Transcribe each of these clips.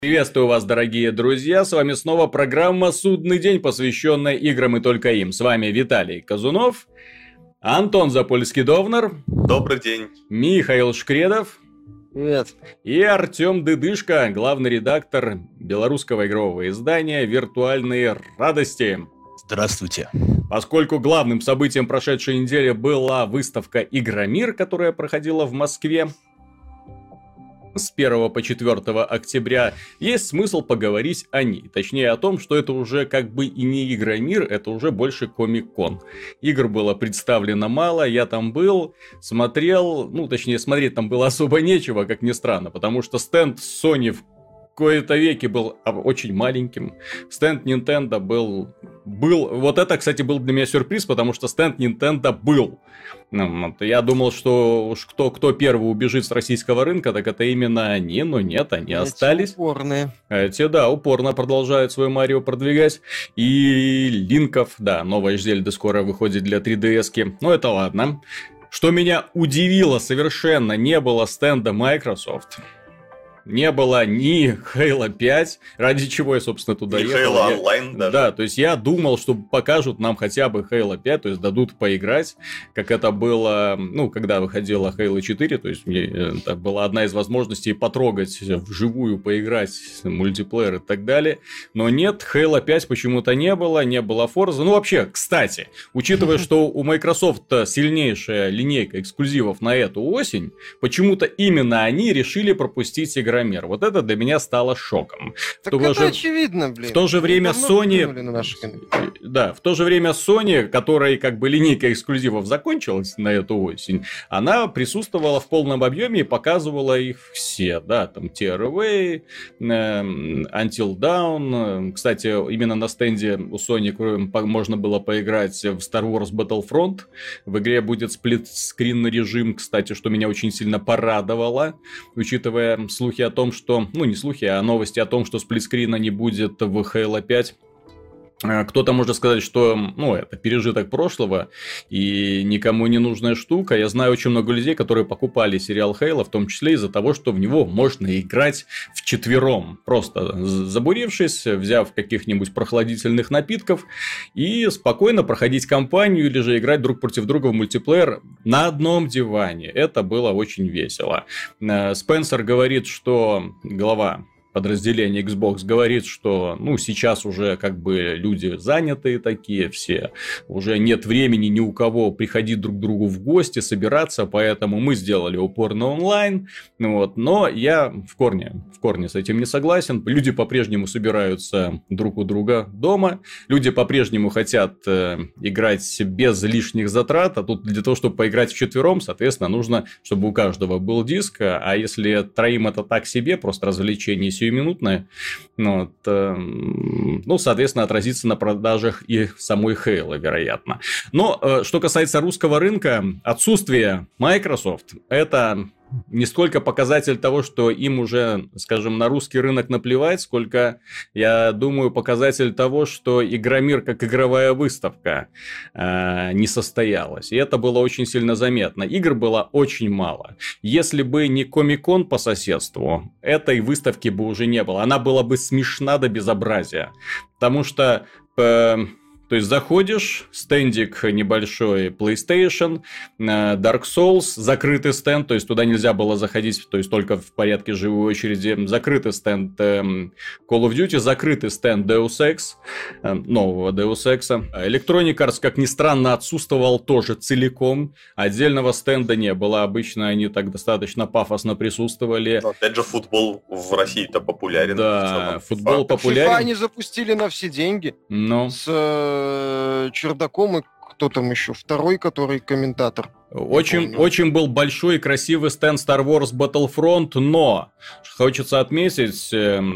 Приветствую вас, дорогие друзья, с вами снова программа «Судный день», посвященная играм и только им. С вами Виталий Казунов, Антон Запольский-Довнер. Добрый день. Михаил Шкредов. Привет. И Артем Дыдышко, главный редактор белорусского игрового издания «Виртуальные радости». Здравствуйте. Поскольку главным событием прошедшей недели была выставка «Игромир», которая проходила в Москве с 1 по 4 октября, есть смысл поговорить о ней. Точнее о том, что это уже как бы и не Игромир, это уже больше Комик-кон. Игр было представлено мало, я там был, смотрел, точнее смотреть там было особо нечего, как ни странно, потому что стенд Sony в кои-то веки был очень маленьким, стенд Nintendo был... Вот это, кстати, был для меня сюрприз, потому что стенд Nintendo был. Я думал, что уж кто первый убежит с российского рынка, так это именно они, но нет, они остались. Упорные. Эти, упорно продолжают свой Марио продвигать. И Линков, новая Зельда скоро выходит для 3DS-ки. Но это ладно. Что меня удивило совершенно, не было стенда Microsoft. Не было ни Halo 5, ради чего я, собственно, туда ехал. Halo Online даже. Да, то есть я думал, что покажут нам хотя бы Halo 5, то есть дадут поиграть, как это было, когда выходила Halo 4, то есть это была одна из возможностей потрогать вживую, поиграть, мультиплеер и так далее. Но нет, Halo 5 почему-то не было Forza. Вообще, кстати, учитывая, что у Microsoft сильнейшая линейка эксклюзивов на эту осень, почему-то именно они решили пропустить Игромир. Вот это для меня стало шоком. Так это очевидно, блин. В то же время Sony... в то же время Sony, которой как бы линейка эксклюзивов закончилась на эту осень, она присутствовала в полном объеме и показывала их все. Там Tearaway, Until Dawn. Кстати, именно на стенде у Sony можно было поиграть в Star Wars Battlefront. В игре будет сплит-скрин режим, кстати, что меня очень сильно порадовало, учитывая слухи о том, что... не слухи, а новости о том, что сплитскрина не будет в Halo 5. Кто-то может сказать, что, это пережиток прошлого и никому не нужная штука. Я знаю очень много людей, которые покупали сериал Halo, в том числе из-за того, что в него можно играть вчетвером. Просто забурившись, взяв каких-нибудь прохладительных напитков и спокойно проходить кампанию или же играть друг против друга в мультиплеер на одном диване. Это было очень весело. Спенсер говорит, что глава подразделение Xbox говорит, что сейчас уже как бы люди занятые такие все, уже нет времени ни у кого приходить друг к другу в гости, собираться, поэтому мы сделали упор на онлайн, но я в корне с этим не согласен. Люди по-прежнему собираются друг у друга дома, люди по-прежнему хотят играть без лишних затрат, а тут для того, чтобы поиграть вчетвером, соответственно, нужно, чтобы у каждого был диск, а если троим это так себе, просто развлечение сиюминутное, соответственно, отразится на продажах и самой Halo, вероятно. Но, что касается русского рынка, отсутствие Microsoft – это не столько показатель того, что им уже, скажем, на русский рынок наплевать, сколько, я думаю, показатель того, что Игромир как игровая выставка не состоялась. И это было очень сильно заметно. Игр было очень мало. Если бы не Комик-кон по соседству, этой выставки бы уже не было. Она была бы смешна до безобразия. Потому что... То есть заходишь, стендик небольшой PlayStation, Dark Souls, закрытый стенд, то есть туда нельзя было заходить, то есть только в порядке живой очереди, закрытый стенд Call of Duty, закрытый стенд Deus Ex, нового Deus Ex. Electronic Arts, как ни странно, отсутствовал тоже целиком, отдельного стенда не было, обычно они так достаточно пафосно присутствовали. Но опять же, футбол в России-то популярен. Да, футбол популярен. FIFA они запустили на все деньги. С Чердаком и кто там еще? Второй, который комментатор. Очень был большой и красивый стенд Star Wars Battlefront, но хочется отметить,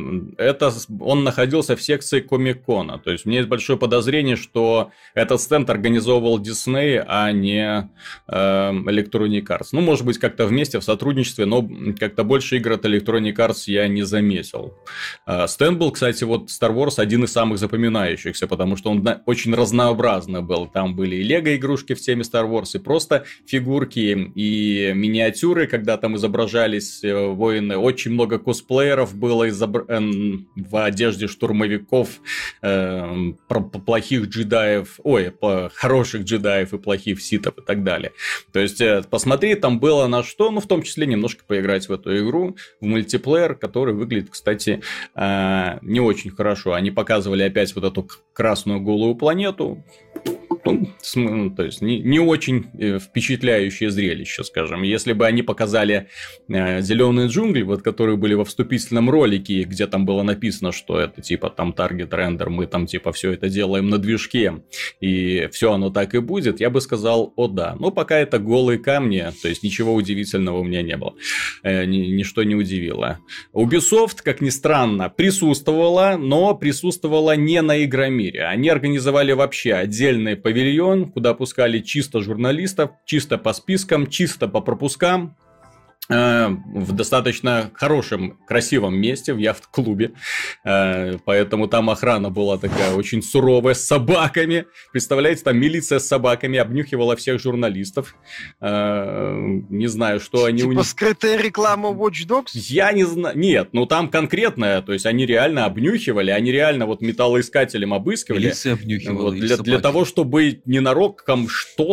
он находился в секции Комик-кона. То есть у меня есть большое подозрение, что этот стенд организовывал Disney, а не Electronic Arts. Может быть, как-то вместе в сотрудничестве, но как-то больше игр от Electronic Arts я не заметил. Стенд был, кстати, Star Wars один из самых запоминающихся, потому что он очень разнообразный был. Там были и лего игрушки в теме Star Wars, и просто фигурки и миниатюры, когда там изображались воины. Очень много косплееров было в одежде штурмовиков, плохих джедаев, хороших джедаев и плохих ситов и так далее. То есть, посмотри, там было на что, в том числе немножко поиграть в эту игру, в мультиплеер, который выглядит, кстати, не очень хорошо. Они показывали опять вот эту красную голую планету. То есть, не очень впечатляющее зрелище, скажем. Если бы они показали зеленые джунгли, вот, которые были во вступительном ролике, где там было написано, что это типа там таргет рендер, мы там типа все это делаем на движке, и все оно так и будет, я бы сказал, да. Но пока это голые камни, то есть ничего удивительного у меня не было. Ничто не удивило. Ubisoft, как ни странно, присутствовала, но присутствовала не на Игромире. Они организовали вообще отдельный павильон, куда пускали чисто журналистов, чисто по спискам, чисто по пропускам. В достаточно хорошем, красивом месте, в яхт-клубе. Поэтому там охрана была такая очень суровая, с собаками. Представляете, там милиция с собаками обнюхивала всех журналистов. Не знаю, что они... Типа скрытая реклама Watch Dogs? Я не знаю. Нет, там конкретная. То есть, они реально обнюхивали, они реально вот металлоискателем обыскивали. Милиция обнюхивала. Для того, чтобы ненароком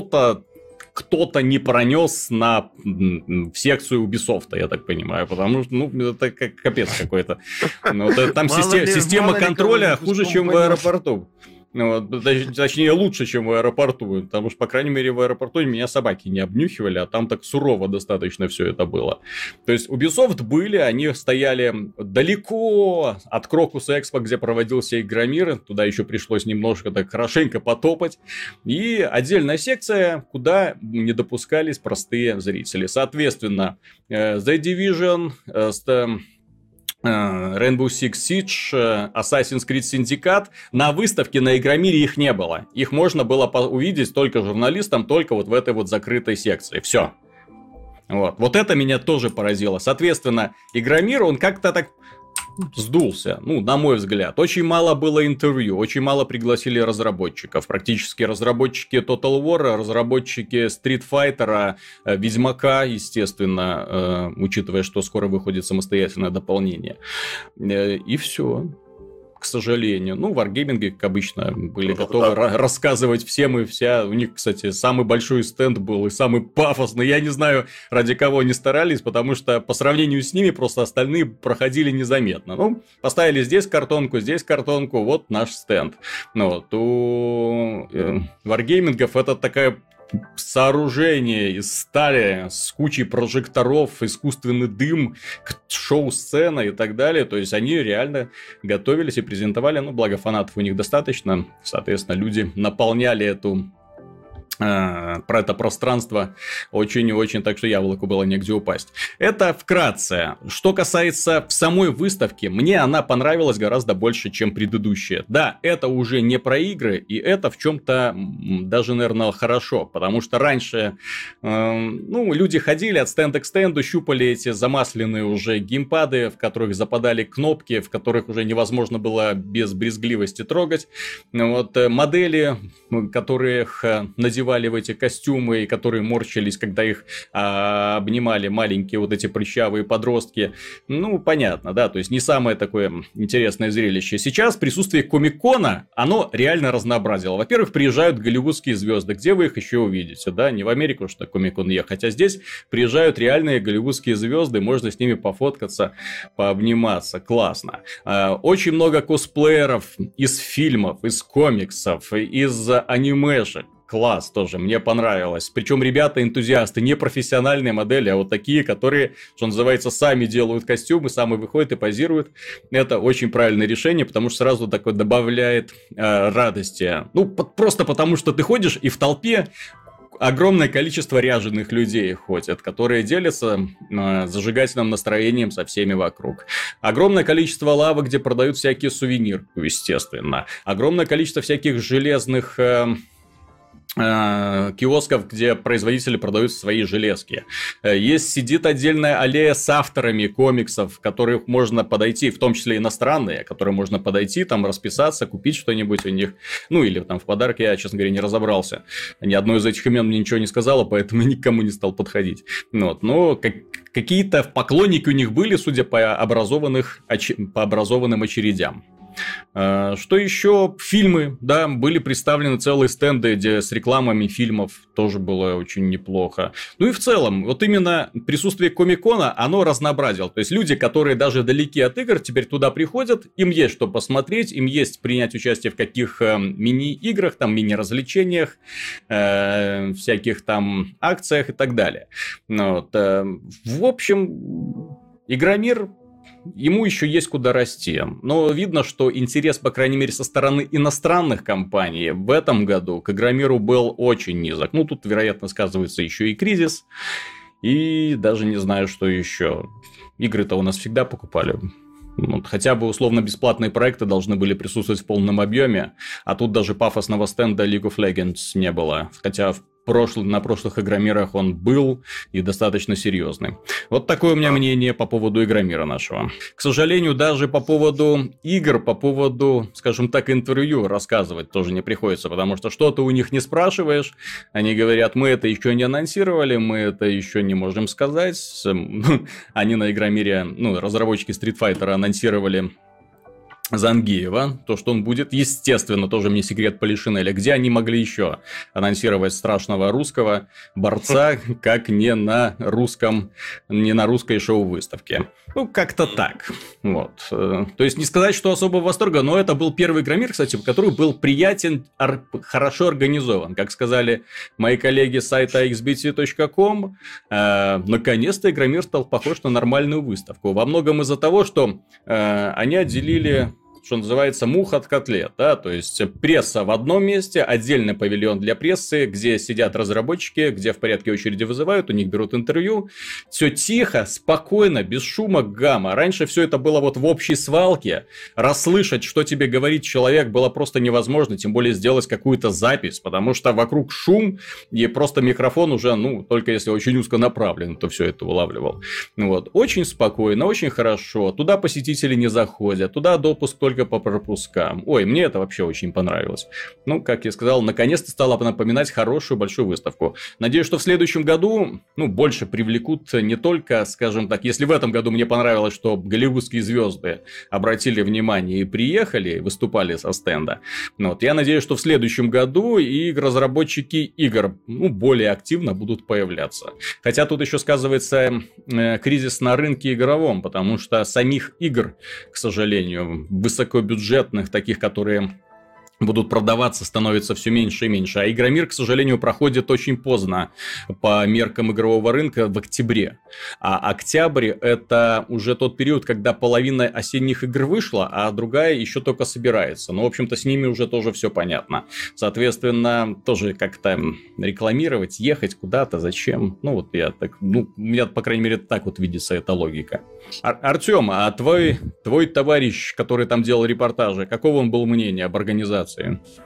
кто-то не пронес в секцию Ubisoft, я так понимаю, потому что, это капец какой-то. Там система контроля хуже, чем в аэропорту. Точнее, лучше, чем в аэропорту. Потому что, по крайней мере, в аэропорту меня собаки не обнюхивали, а там так сурово достаточно все это было. То есть, Ubisoft они стояли далеко от Крокуса Экспо, где проводился Игромир. Туда еще пришлось немножко так хорошенько потопать. И отдельная секция, куда не допускались простые зрители. Соответственно, The Division, Rainbow Six Siege, Assassin's Creed Syndicate, на выставке на Игромире их не было. Их можно было увидеть только журналистам, только вот в этой вот закрытой секции. Все. Вот это меня тоже поразило. Соответственно, Игромир, он как-то так сдулся, на мой взгляд. Очень мало было интервью, очень мало пригласили разработчиков. Практически разработчики Total War, разработчики Street Fighter, Ведьмака, естественно, учитывая, что скоро выходит самостоятельное дополнение. И все. К сожалению. Wargaming, как обычно, были готовы рассказывать всем и вся. У них, кстати, самый большой стенд был и самый пафосный. Я не знаю, ради кого они старались, потому что по сравнению с ними просто остальные проходили незаметно. Поставили здесь картонку, вот наш стенд. У Wargaming это такая сооружение из стали с кучей прожекторов, искусственный дым, шоу-сцена и так далее. То есть, они реально готовились и презентовали. Благо фанатов у них достаточно. Соответственно, люди наполняли про это пространство очень и очень, так что яблоку было негде упасть. Это вкратце. Что касается самой выставки, мне она понравилась гораздо больше, чем предыдущая. Да, это уже не про игры, и это в чем-то даже, наверное, хорошо, потому что раньше люди ходили от стенда к стенду, щупали эти замасленные уже геймпады, в которых западали кнопки, в которых уже невозможно было без брезгливости трогать. Модели, которых надевали в эти костюмы, и которые морщились, когда их обнимали маленькие вот эти прыщавые подростки. Понятно, да, то есть не самое такое интересное зрелище. Сейчас присутствие Комик-Кона, оно реально разнообразило. Во-первых, приезжают голливудские звезды, где вы их еще увидите, да, не в Америку, что Комик-Кон ехать, а здесь приезжают реальные голливудские звезды, можно с ними пофоткаться, пообниматься, классно. Очень много косплееров из фильмов, из комиксов, из анимешек. Класс тоже, мне понравилось. Причем ребята энтузиасты, не профессиональные модели, а вот такие, которые, что называется, сами делают костюмы, сами выходят и позируют. Это очень правильное решение, потому что сразу такое добавляет радости. Просто потому что ты ходишь и в толпе огромное количество ряженых людей ходят, которые делятся зажигательным настроением со всеми вокруг. Огромное количество лавок, где продают всякие сувениры, естественно. Огромное количество всяких железных киосков, где производители продают свои железки. Сидит отдельная аллея с авторами комиксов, в которых можно подойти, в том числе иностранные, которые можно подойти, там расписаться, купить что-нибудь у них. Ну, или там в подарок, я, честно говоря, не разобрался. Ни одно из этих имен мне ничего не сказала, поэтому никому не стал подходить. Вот. Но какие-то поклонники у них были, судя по образованным очередям. Что еще? Фильмы, да, были представлены целые стенды с рекламами фильмов, тоже было очень неплохо. Ну и в целом, вот именно присутствие Комик-Кона, оно разнообразило. То есть люди, которые даже далеки от игр, теперь туда приходят, им есть что посмотреть, им есть принять участие в каких мини-играх, там мини-развлечениях, всяких там акциях и так далее. Вот. В общем, Игромир... Ему еще есть куда расти, но видно, что интерес, по крайней мере, со стороны иностранных компаний в этом году к Игромиру был очень низок. Ну, тут, вероятно, сказывается еще и кризис, и даже не знаю, что еще. Игры-то у нас всегда покупали. Вот, хотя бы условно-бесплатные проекты должны были присутствовать в полном объеме, а тут даже пафосного стенда League of Legends не было, хотя на прошлых Игромирах он был и достаточно серьезный. Вот такое у меня мнение по поводу Игромира нашего. К сожалению, даже по поводу игр, по поводу, скажем так, интервью рассказывать тоже не приходится, потому что что-то у них не спрашиваешь, они говорят, мы это еще не анонсировали, мы это еще не можем сказать. Они на Игромире, разработчики Street Fighter анонсировали Зангиева, то, что он будет, естественно, тоже мне секрет Полишинеля, где они могли еще анонсировать страшного русского борца, как не на русской шоу-выставке. Ну, как-то так. Вот. То есть, не сказать, что особо восторга, но это был первый Игромир, кстати, который был приятен, хорошо организован. Как сказали мои коллеги с сайта xbt.com, наконец-то Игромир стал похож на нормальную выставку. Во многом из-за того, что они отделили, что называется, мух от котлет, да, то есть пресса в одном месте, отдельный павильон для прессы, где сидят разработчики, где в порядке очереди вызывают, у них берут интервью, все тихо, спокойно, без шума, гамма. Раньше все это было вот в общей свалке, расслышать, что тебе говорит человек, было просто невозможно, тем более сделать какую-то запись, потому что вокруг шум, и просто микрофон уже, только если очень узко направлен, то все это улавливал. Вот. Очень спокойно, очень хорошо, туда посетители не заходят, туда допуск только по пропускам. Ой, мне это вообще очень понравилось. Как я сказал, наконец-то стало напоминать хорошую большую выставку. Надеюсь, что в следующем году, больше привлекут не только, скажем так, если в этом году мне понравилось, что голливудские звезды обратили внимание и приехали, выступали со стенда. Я надеюсь, что в следующем году и разработчики игр, более активно будут появляться. Хотя тут еще сказывается кризис на рынке игровом, потому что самих игр, к сожалению, высокобюджетных, таких, которые будут продаваться, становится все меньше и меньше. А Игромир, к сожалению, проходит очень поздно по меркам игрового рынка в октябре. А октябрь – это уже тот период, когда половина осенних игр вышла, а другая еще только собирается. В общем-то, с ними уже тоже все понятно. Соответственно, тоже как-то рекламировать, ехать куда-то, зачем? У меня, по крайней мере, так вот видится эта логика. Артем, а твой товарищ, который там делал репортажи, какого он был мнения об организации?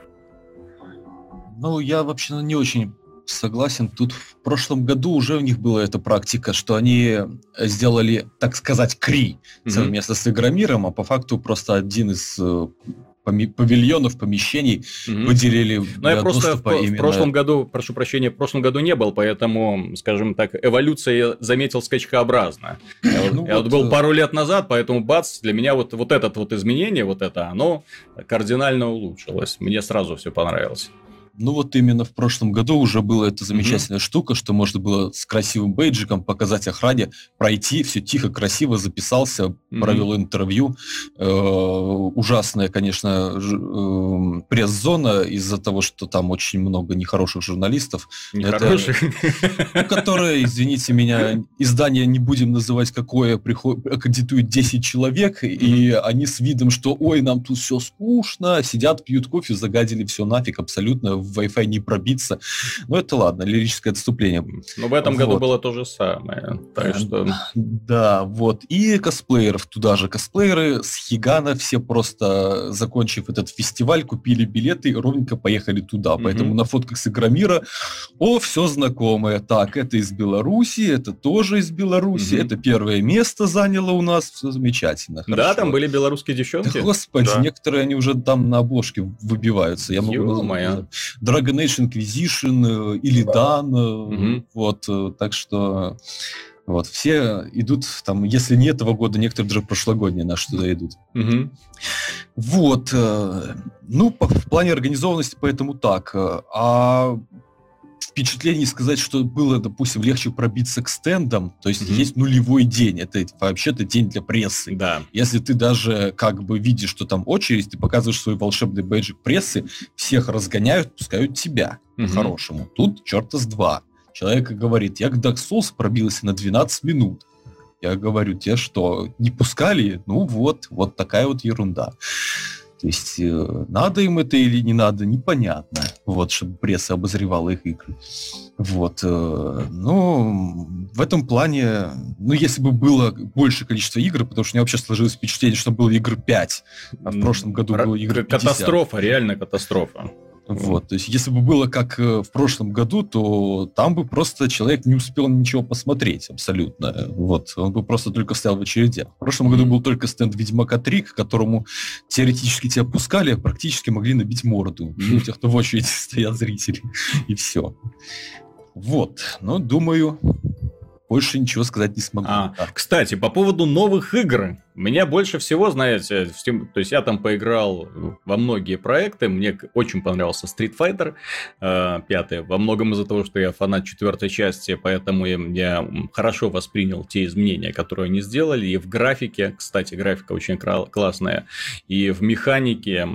Я вообще не очень согласен. Тут в прошлом году уже у них была эта практика, что они сделали, так сказать, КРИ совместно с Игромиром, а по факту просто один из павильонов, помещений выделили для доступа именно... В прошлом году, прошу прощения, в прошлом году не был, поэтому, скажем так, эволюция заметил скачкообразно. Я был пару лет назад, поэтому бац, для меня вот это вот изменение, оно кардинально улучшилось. Мне сразу все понравилось. Именно в прошлом году уже была эта замечательная штука, что можно было с красивым бейджиком показать охране, пройти, все тихо, красиво, записался, провел интервью. Ужасная, конечно, пресс-зона из-за того, что там очень много нехороших журналистов. Которые, извините меня, издание не будем называть какое, аккредитует 10 человек, и они с видом, что ой, нам тут все скучно, сидят, пьют кофе, загадили все нафиг абсолютно, в Wi-Fi не пробиться. Но это ладно, лирическое отступление. Но в этом году было то же самое. Так что... Да, вот. И косплееров туда же. Косплееры с Хигана все просто, закончив этот фестиваль, купили билеты и ровненько поехали туда. Поэтому на фотках с Игромира все знакомое. Так, это из Беларуси, это тоже из Беларуси, это первое место заняло у нас. Все замечательно. Хорошо. Да, там были белорусские девчонки. Да, господи, некоторые они уже там на обложке выбиваются. Я могу назвать. Dragon Age Inquisition, Illidan, вот, так что вот, все идут там, если не этого года, некоторые даже прошлогодние наши туда идут. Вот, ну, в плане организованности поэтому так, а впечатлений сказать, что было, допустим, легче пробиться к стендам, то есть есть нулевой день, это вообще-то день для прессы. Да. Если ты даже как бы видишь, что там очередь, ты показываешь свой волшебный бейджик прессы, всех разгоняют, пускают тебя по-хорошему. Тут черта с два. Человек говорит, я к Dark Souls пробился на 12 минут. Я говорю, тебе что, не пускали? Ну вот такая вот ерунда. То есть, надо им это или не надо, непонятно. Вот, чтобы пресса обозревала их игры. Вот. Ну, в этом плане, ну, если бы было большее количество игр, потому что у меня вообще сложилось впечатление, что было игр 5, а в прошлом году было игр 50. Катастрофа, реально катастрофа. Вот, то есть, если бы было как в прошлом году, то там бы просто человек не успел ничего посмотреть абсолютно. Вот, он бы просто только стоял в очередях. В прошлом году был только стенд Ведьмака 3, к которому теоретически тебя пускали, а практически могли набить морду. У тех, кто в очереди стоят зрители. И все. Вот, но думаю... Больше ничего сказать не смогу. Кстати, по поводу новых игр. Меня больше всего, знаете, то есть я там поиграл во многие проекты. Мне очень понравился Street Fighter 5. Во многом из-за того, что я фанат 4 части, поэтому я хорошо воспринял те изменения, которые они сделали. И в графике, кстати, графика очень классная. И в механике...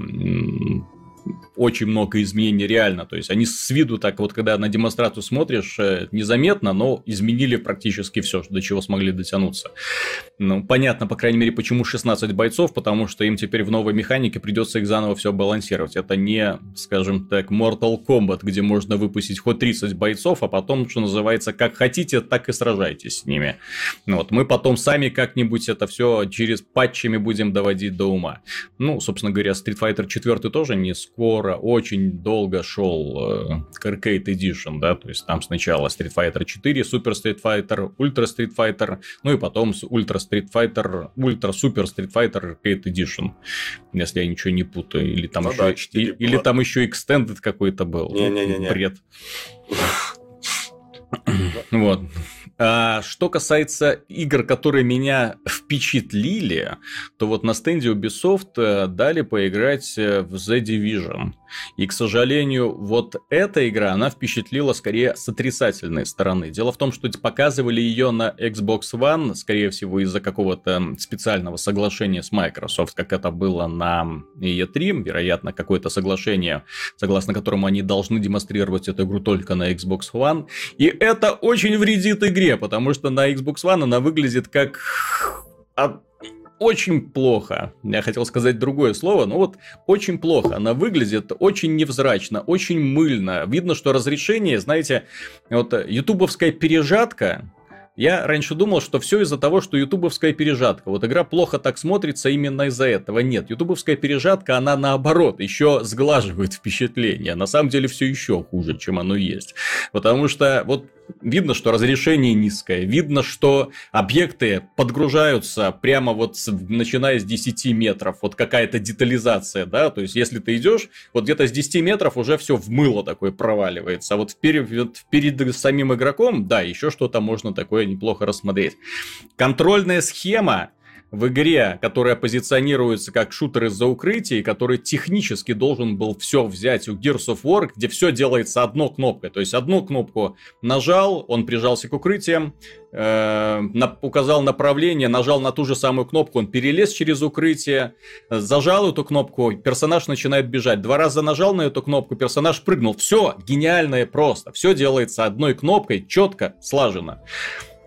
очень много изменений реально, то есть они с виду так вот, когда на демонстрацию смотришь, незаметно, но изменили практически все, до чего смогли дотянуться. Ну, понятно, по крайней мере, почему 16 бойцов, потому что им теперь в новой механике придется их заново все балансировать. Это не, скажем так, Mortal Kombat, где можно выпустить хоть 30 бойцов, а потом, что называется, как хотите, так и сражайтесь с ними. Вот, мы потом сами как-нибудь это все через патчами будем доводить до ума. Ну, собственно говоря, Street Fighter 4 тоже не скоро, очень долго шел Arcade Edition, да, то есть там сначала Street Fighter 4, Super Street Fighter, Ultra Street Fighter, ну и потом Ultra Street Fighter, Ultra Super Street Fighter Arcade Edition, если я ничего не путаю, или там, или там еще Extended какой-то был. Не-не-не. Бред. Вот. А что касается игр, которые меня впечатлили, то вот на стенде Ubisoft дали поиграть в The Division. И, к сожалению, вот эта игра, она впечатлила скорее с отрицательной стороны. Дело в том, что показывали ее на Xbox One, скорее всего, из-за какого-то специального соглашения с Microsoft, как это было на E3. Вероятно, какое-то соглашение, согласно которому они должны демонстрировать эту игру только на Xbox One. И это очень вредит игре, потому что на Xbox One она выглядит как... очень плохо. Я хотел сказать другое слово, но вот очень плохо. Она выглядит очень невзрачно, очень мыльно. Видно, что разрешение, знаете, вот ютубовская пережатка. Я раньше думал, что все из-за того, что ютубовская пережатка. Вот игра плохо так смотрится именно из-за этого. Нет, ютубовская пережатка, она наоборот, еще сглаживает впечатление. На самом деле все еще хуже, чем оно есть. Потому что вот видно, что разрешение низкое. Видно, что объекты подгружаются прямо вот начиная с 10 метров. Вот какая-то детализация, да. То есть, если ты идешь, вот где-то с 10 метров уже все в мыло такое проваливается. А вот перед самим игроком, да, еще что-то можно такое неплохо рассмотреть. Контрольная схема в игре, которая позиционируется как шутер из-за укрытий, который технически должен был все взять у Gears of War, где все делается одной кнопкой. То есть, одну кнопку нажал, он прижался к укрытиям, указал направление, нажал на ту же самую кнопку, он перелез через укрытие, зажал эту кнопку, персонаж начинает бежать. 2 раза нажал на эту кнопку, персонаж прыгнул. Все гениально и просто. Все делается одной кнопкой, четко, слаженно.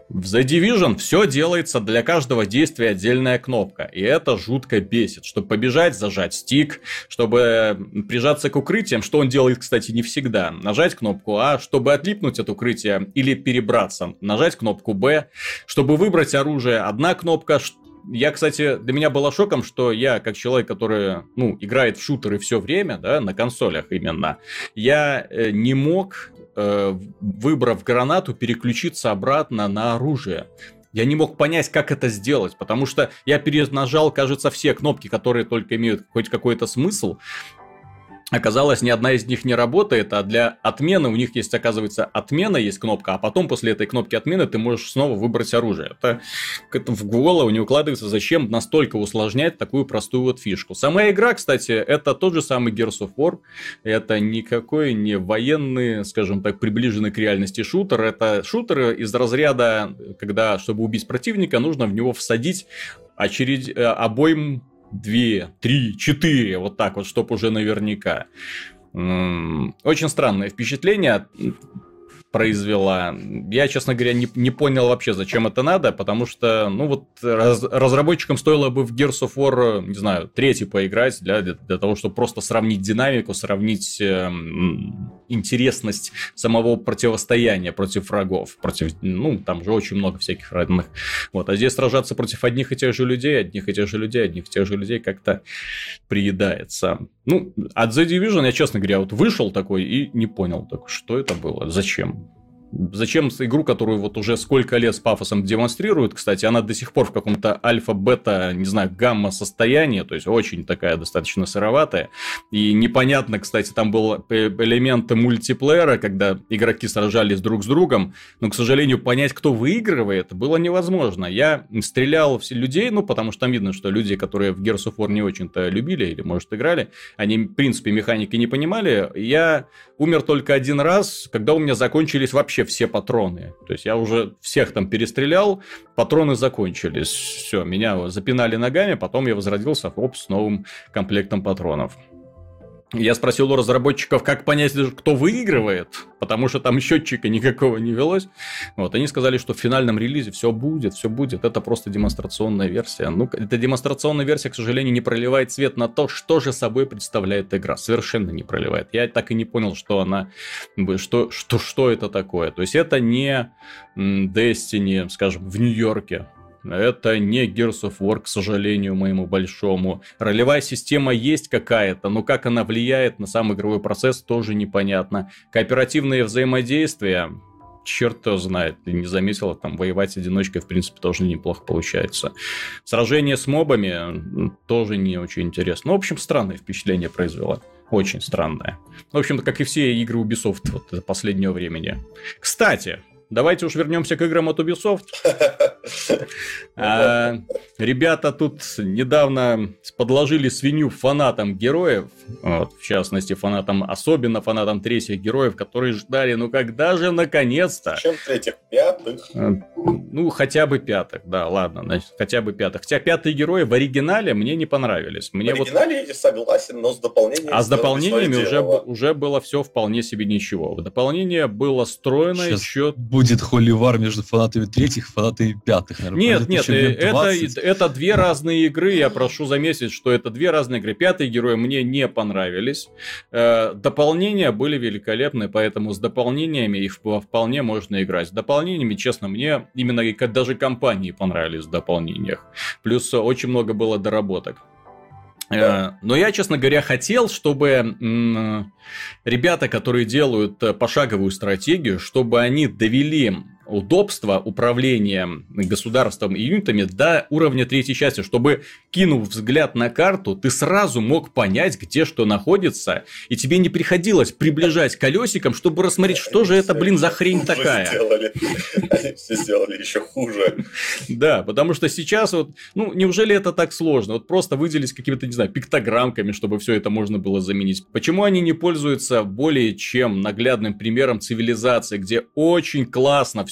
В The Division все делается для каждого действия отдельная кнопка. И это жутко бесит. Чтобы побежать, зажать стик. Чтобы прижаться к укрытиям, что он делает, кстати, не всегда. Нажать кнопку А. Чтобы отлипнуть от укрытия или перебраться, нажать кнопку Б. Чтобы выбрать оружие, одна кнопка. Я, кстати, для меня было шоком, что я, как человек, который, играет в шутеры все время, да, на консолях именно, я не мог, выбрав гранату, переключиться обратно на оружие. Я не мог понять, как это сделать, потому что я перенажал, кажется, все кнопки, которые только имеют хоть какой-то смысл. Оказалось, ни одна из них не работает, а для отмены у них есть, оказывается, отмена, есть кнопка, а потом после этой кнопки отмены ты можешь снова выбрать оружие. Это в голову не укладывается, зачем настолько усложнять такую простую вот фишку. Сама игра, кстати, это тот же самый Gears of War, это никакой не военный, скажем так, приближенный к реальности шутер, это шутер из разряда, когда, чтобы убить противника, нужно в него всадить обоим 2, 3, 4, вот так вот, чтоб уже наверняка. Очень странное впечатление произвела. Я, честно говоря, не понял вообще, зачем это надо, потому что, разработчикам стоило бы в Gears of War, не знаю, 3 поиграть, для того, чтобы просто сравнить динамику, сравнить интересность самого противостояния против врагов. Там же очень много всяких разных. Вот, а здесь сражаться против одних и тех же людей как-то приедается. От The Division я, честно говоря, вышел такой и не понял, что это было, зачем. Зачем игру, которую вот уже сколько лет с пафосом демонстрируют, кстати, она до сих пор в каком-то альфа-бета, не знаю, гамма состоянии, то есть очень такая достаточно сыроватая. И непонятно, кстати, там был элемент мультиплеера, когда игроки сражались друг с другом, но, к сожалению, понять, кто выигрывает, было невозможно. Я стрелял в людей, потому что там видно, что люди, которые в Gears of War не очень-то любили или, может, играли, они, в принципе, механики не понимали. Я умер только один раз, когда у меня закончились вообще все патроны. То есть я уже всех там перестрелял, патроны закончились. Все, меня запинали ногами, потом я возродился с новым комплектом патронов. Я спросил у разработчиков, как понять, кто выигрывает, потому что там счетчика никакого не велось. Они сказали, что в финальном релизе все будет. Это просто демонстрационная версия. Эта демонстрационная версия, к сожалению, не проливает свет на то, что же собой представляет игра. Совершенно не проливает. Я так и не понял, что это такое. То есть это не Destiny, скажем, в Нью-Йорке. Это не Gears of War, к сожалению, моему большому. Ролевая система есть какая-то, но как она влияет на сам игровой процесс, тоже непонятно. Кооперативные взаимодействия, черт его знает, ты не заметила, там воевать одиночкой, в принципе, тоже неплохо получается. Сражение с мобами тоже не очень интересно. В общем, странное впечатление произвело. Очень странное. В общем-то, как и все игры Ubisoft последнего времени. Кстати, давайте уж вернемся к играм от Ubisoft. Ребята тут недавно подложили свинью фанатам героев, в частности, особенно фанатам третьих героев, которые ждали, когда же наконец-то... Чем третьих? Пятых? Хотя бы пятых, да, ладно, значит, хотя бы пятых. Хотя пятые герои в оригинале мне не понравились. В оригинале я согласен, но с дополнениями... А с дополнениями уже было все вполне себе ничего. Дополнение было стройно еще... Будет холивар между фанатами третьих и фанатами пятых. Наверное, нет, это две разные игры, я прошу заметить, что это две разные игры. Пятые герои мне не понравились, дополнения были великолепны, поэтому с дополнениями их вполне можно играть. С дополнениями, честно, мне именно даже компании понравились в дополнениях, плюс очень много было доработок. Но я, честно говоря, хотел, чтобы ребята, которые делают пошаговую стратегию, чтобы они довели удобство управления государством и юнитами до уровня третьей части, чтобы, кинув взгляд на карту, ты сразу мог понять, где что находится, и тебе не приходилось приближать колесиком, чтобы рассмотреть, что же это, за хрень такая. Они все сделали еще хуже. Да, потому что сейчас неужели это так сложно? Просто выделить какими-то, не знаю, пиктограммками, чтобы все это можно было заменить. Почему они не пользуются более чем наглядным примером цивилизации, где очень классно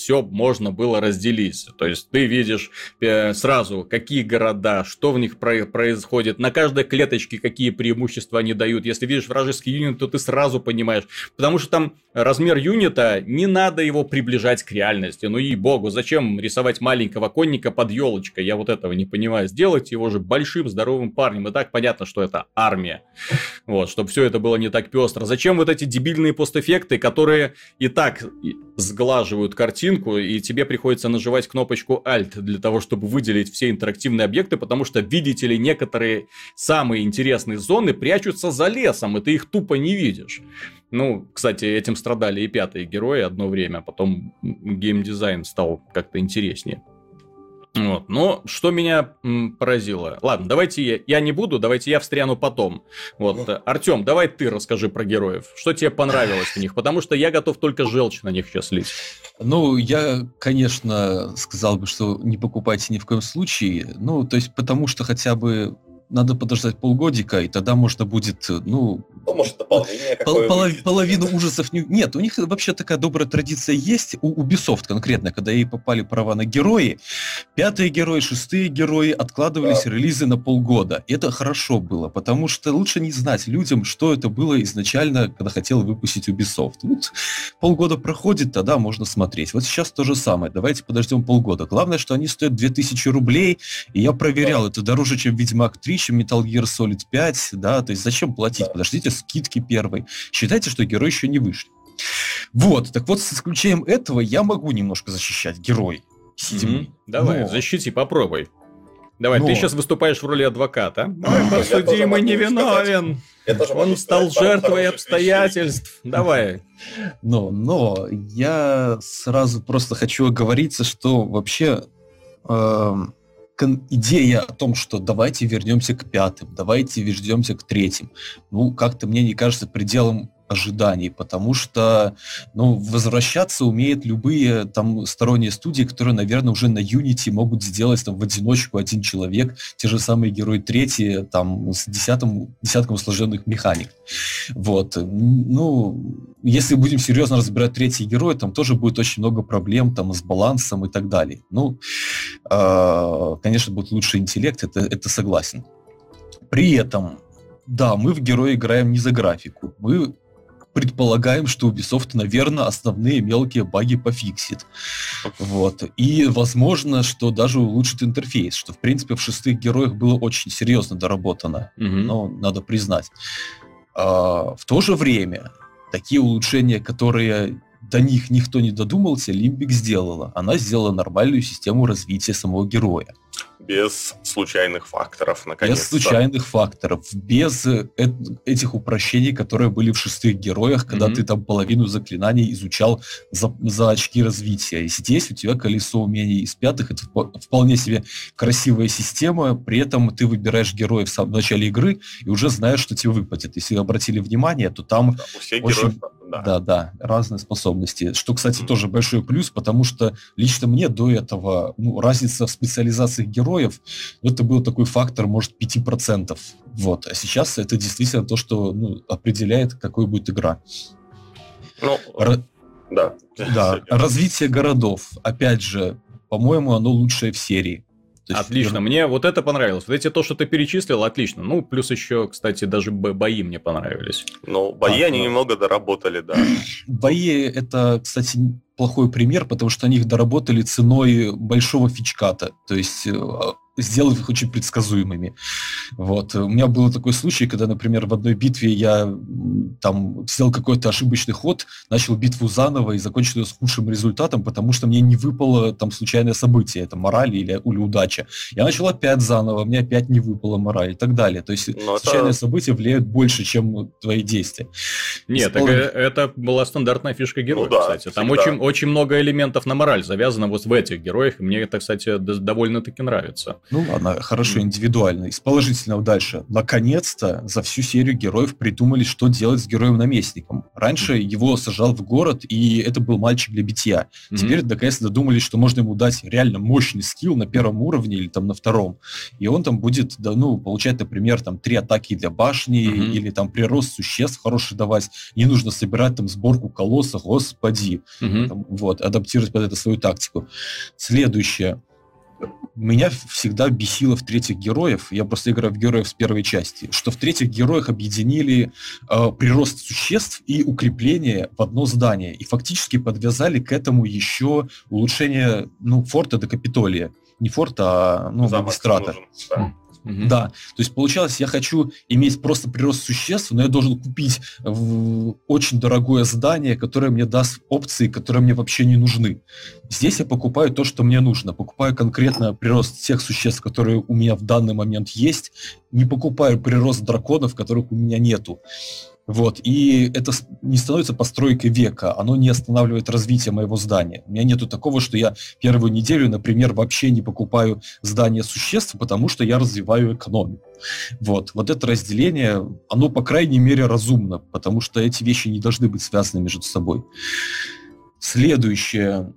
все можно было разделить. То есть ты видишь сразу, какие города, что в них происходит, на каждой клеточке какие преимущества они дают. Если видишь вражеский юнит, то ты сразу понимаешь. Потому что там размер юнита, не надо его приближать к реальности. Ну ей-богу, зачем рисовать маленького конника под елочкой? Я вот этого не понимаю. Сделайте его же большим, здоровым парнем. И так понятно, что это армия. Вот, чтобы все это было не так пестро. Зачем вот эти дебильные постэффекты, которые и так сглаживают картинку, и тебе приходится нажимать кнопочку Alt для того, чтобы выделить все интерактивные объекты, потому что, видите ли, некоторые самые интересные зоны прячутся за лесом, и ты их тупо не видишь. Ну, кстати, этим страдали и пятые герои одно время, потом геймдизайн стал как-то интереснее. Вот. Но что меня поразило? Ладно, давайте я не буду, давайте я встряну потом. Вот. Артем, давай ты расскажи про героев. Что тебе понравилось в них? Потому что я готов только желчь на них сейчас лить. Ну, я, конечно, сказал бы, что не покупайте ни в коем случае. Ну, то есть, потому что хотя бы надо подождать полгодика, и тогда можно будет, ну может, дополнение какое-то. Половину ужасов... Нет, у них вообще такая добрая традиция есть, у Ubisoft конкретно, когда ей попали права на герои, 5-е герои, 6-е герои откладывались релизы на полгода. И это хорошо было, потому что лучше не знать людям, что это было изначально, когда хотел выпустить Ubisoft. Вот полгода проходит, тогда можно смотреть. Вот сейчас то же самое. Давайте подождем полгода. Главное, что они стоят 2000 рублей, и я проверял, это дороже, чем Ведьмак 3, чем Metal Gear Solid 5, да, то есть зачем платить? Подождите скидки первой. Считайте, что герои еще не вышли. Вот, так вот, с исключением этого я могу немножко защищать герой. Давай, защити, попробуй. Давай, ты сейчас выступаешь в роли адвоката. Мой подсудимый невиновен. Он стал жертвой обстоятельств. Давай. Но я сразу просто хочу оговориться, что вообще... идея о том, что давайте вернемся к 5-м, давайте вернемся к 3-м, ну, как-то мне не кажется пределом ожиданий, потому что, ну, возвращаться умеют любые там сторонние студии, которые, наверное, уже на Unity могут сделать там в одиночку один человек, те же самые герои 3 там с десятком сложенных механик. Вот. Ну, если будем серьезно разбирать 3-й герой, там тоже будет очень много проблем там с балансом и так далее. Ну, конечно, будет лучший интеллект, это согласен. При этом, да, мы в героя играем не за графику, мы предполагаем, что Ubisoft, наверное, основные мелкие баги пофиксит. Вот. И возможно, что даже улучшит интерфейс, что, в принципе, в 6-х героях было очень серьезно доработано. Но надо признать. В то же время, такие улучшения, которые до них никто не додумался, Limbic сделала. Она сделала нормальную систему развития самого героя. Без случайных факторов, наконец-то. Без случайных факторов, без этих упрощений, которые были в 6-х героях, когда ты там половину заклинаний изучал за очки развития. И здесь у тебя колесо умений из 5-х, это вполне себе красивая система, при этом ты выбираешь героев в начале игры и уже знаешь, что тебе выпадет. Если обратили внимание, то там у всех очень... героев, Да, разные способности. Что, кстати, тоже большой плюс, потому что лично мне до этого разница в специализациях героев, это был такой фактор, может, 5%. Вот. А сейчас это действительно то, что определяет, какой будет игра. Да. Развитие городов. Опять же, по-моему, оно лучшее в серии. Отлично, мне вот это понравилось. Вот эти то, что ты перечислил, отлично. Ну, плюс еще, кстати, даже бои мне понравились. Бои они немного доработали, да. Бои это, кстати, плохой пример, потому что они их доработали ценой большого фичката. То есть сделав их очень предсказуемыми. Вот. У меня был такой случай, когда, например, в одной битве я там сделал какой-то ошибочный ход, начал битву заново и закончил ее с худшим результатом, потому что мне не выпало там случайное событие, это мораль или удача. Я начал опять заново, мне опять не выпала мораль и так далее. То есть случайные события влияют больше, чем твои действия. Нет, это была стандартная фишка героя, кстати. Там очень много элементов на мораль завязано вот в этих героях, и мне это, кстати, довольно-таки нравится. Ну ладно, хорошо, индивидуально. Из положительного дальше. Наконец-то за всю серию героев придумали, что делать с героем-наместником. Раньше его сажал в город, и это был мальчик для битья. Теперь наконец-то додумались, что можно ему дать реально мощный скилл на первом уровне или там на втором. И он там будет, получать, например, там 3 атаки для башни, или там прирост существ хороший давать. Не нужно собирать там сборку колосса, господи. Там, вот, адаптировать под это свою тактику. Следующее. Меня всегда бесило в третьих героев, я просто играю в героев с первой части, что в третьих героях объединили прирост существ и укрепление в одно здание, и фактически подвязали к этому еще улучшение, форта до Капитолия. Не форта, а магистрата. Да, то есть получалось, я хочу иметь просто прирост существ, но я должен купить очень дорогое здание, которое мне даст опции, которые мне вообще не нужны. Здесь я покупаю то, что мне нужно. Покупаю конкретно прирост тех существ, которые у меня в данный момент есть. Не покупаю прирост драконов, которых у меня нету. Вот, и это не становится постройкой века, оно не останавливает развитие моего здания. У меня нету такого, что я первую неделю, например, вообще не покупаю здания существ, потому что я развиваю экономику. Вот это разделение, оно, по крайней мере, разумно, потому что эти вещи не должны быть связаны между собой. Следующее.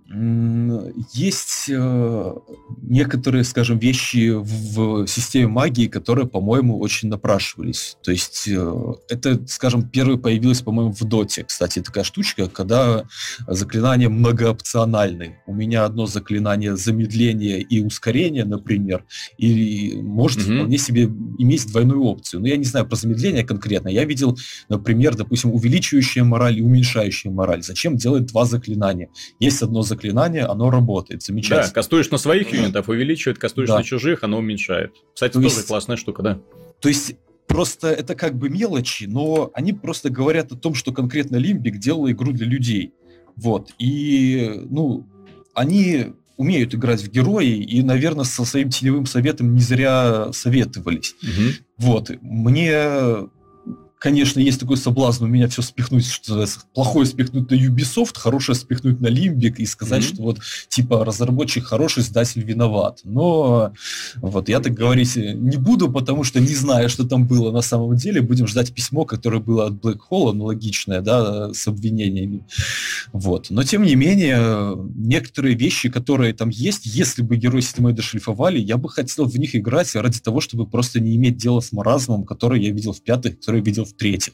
Есть некоторые, скажем, вещи в системе магии, которые, по-моему, очень напрашивались. То есть это, скажем, первое появилось, по-моему, в Доте. Кстати, такая штучка, когда заклинания многоопциональны. У меня одно заклинание замедления и ускорения, например, и может вполне себе иметь двойную опцию. Но я не знаю про замедление конкретно. Я видел, например, допустим, увеличивающая мораль и уменьшающая мораль. Зачем делать 2 заклинания? Есть одно заклинание, оно работает, замечательно. Да, кастуешь на своих юнитов, увеличивает, кастуешь на чужих, оно уменьшает. Кстати, тоже классная штука, да. То есть, просто это как бы мелочи, но они просто говорят о том, что конкретно Limbic делал игру для людей. Вот, и, они умеют играть в герои, и, наверное, со своим теневым советом не зря советовались. Вот, мне... Конечно, есть такой соблазн у меня все спихнуть, что плохое спихнуть на Ubisoft, хорошее спихнуть на Limbic и сказать, что разработчик хороший, издатель виноват. Но я так говорить не буду, потому что не знаю, что там было на самом деле. Будем ждать письмо, которое было от Black Hole, аналогичное, да, с обвинениями. Но, тем не менее, некоторые вещи, которые там есть, если бы герои системы дошлифовали, я бы хотел в них играть ради того, чтобы просто не иметь дела с маразмом, который я видел в 5-х, который я видел в 3-х.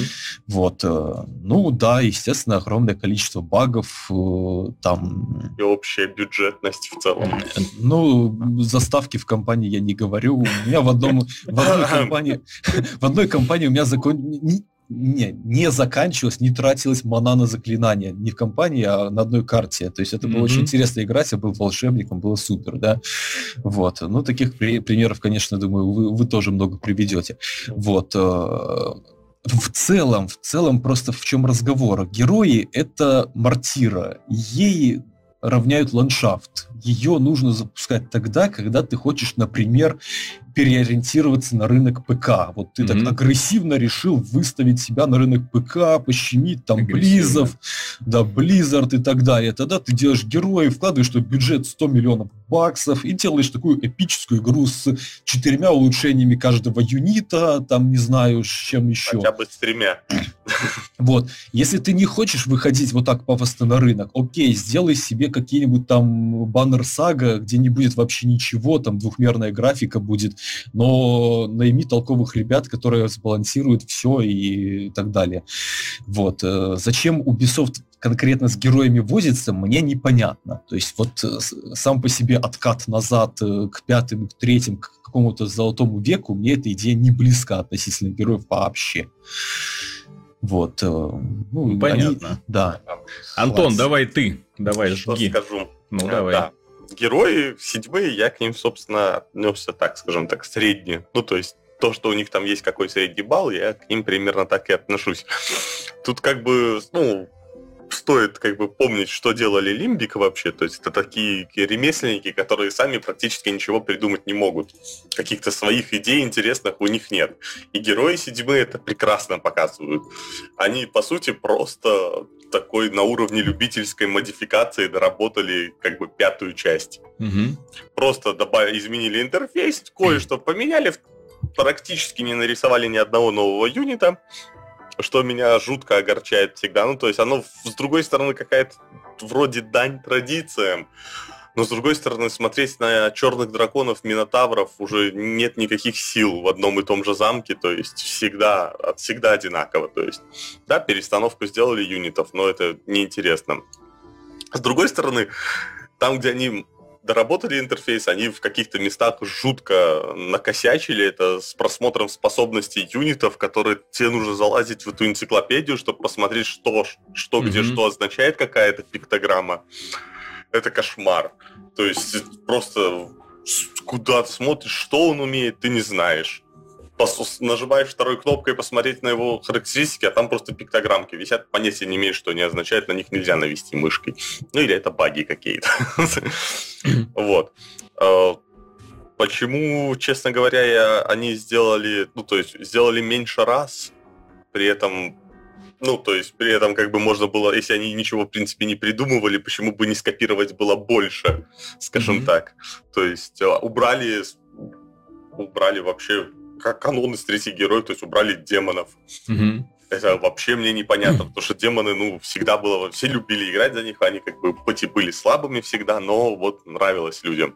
Естественно, огромное количество багов там... И общая бюджетность в целом. Заставки в компании я не говорю. У меня в одной компании у меня не заканчивалось, не тратилась мана на заклинания. Не в компании, а на одной карте. То есть это было очень интересно играть, я был волшебником, было супер, да. Таких примеров, конечно, думаю, вы тоже много приведете. В целом, просто в чем разговор? Герои — это мортира. Ей равняют ландшафт. Ее нужно запускать тогда, когда ты хочешь, например, переориентироваться на рынок ПК. Ты так агрессивно решил выставить себя на рынок ПК, пощемить там Blizzard и так далее. Тогда ты делаешь героев, вкладываешь в бюджет $100 миллионов и делаешь такую эпическую игру с 4 улучшениями каждого юнита, там не знаю, с чем еще. Хотя бы с 3. Если ты не хочешь выходить вот так пафосно на рынок, окей, сделай себе какие-нибудь там баннер сага, где не будет вообще ничего, там двухмерная графика будет, но найми толковых ребят, которые сбалансируют все и так далее. Зачем Ubisoft конкретно с героями возится, мне непонятно. То есть сам по себе откат назад к 5-м, к 3-м, к какому-то золотому веку, мне эта идея не близка относительно героев вообще. Понятно. Да. Антон, давай ты. Давай, что жги. скажу. Давай. Да. Герои 7-е, я к ним, собственно, отнесся так, скажем так, средне. То есть то, что у них там есть какой средний балл, я к ним примерно так и отношусь. Тут стоит как бы помнить, что делали Limbic вообще. То есть это такие ремесленники, которые сами практически ничего придумать не могут. Каких-то своих идей интересных у них нет. И герои седьмы это прекрасно показывают. Они, по сути, просто такой на уровне любительской модификации доработали как бы 5-ю часть. Просто изменили интерфейс, кое-что поменяли, практически не нарисовали ни одного нового юнита, что меня жутко огорчает всегда. Ну, то есть оно, с другой стороны, какая-то вроде дань традициям, но с другой стороны, смотреть на черных драконов, минотавров уже нет никаких сил в одном и том же замке, то есть всегда одинаково. То есть, да, перестановку сделали юнитов, но это неинтересно. С другой стороны, там, где они доработали интерфейс, они в каких-то местах жутко накосячили это с просмотром способностей юнитов, которые тебе нужно залазить в эту энциклопедию, чтобы посмотреть, что где что означает какая-то пиктограмма. Это кошмар. То есть просто куда ты смотришь, что он умеет, ты не знаешь. Нажимаешь второй кнопкой посмотреть на его характеристики, а там просто пиктограммки висят, понятия не имеешь, что они означают, на них нельзя навести мышкой. Ну или это баги какие-то. Вот. Почему, честно говоря, они сделали меньше раз, при этом как бы можно было, если они ничего, в принципе, не придумывали, почему бы не скопировать было больше, скажем так. То есть убрали вообще канон из третьих героев, то есть убрали демонов. Это вообще мне непонятно, потому что демоны, всегда было, все любили играть за них, они как бы хоть и были слабыми всегда, но вот нравилось людям.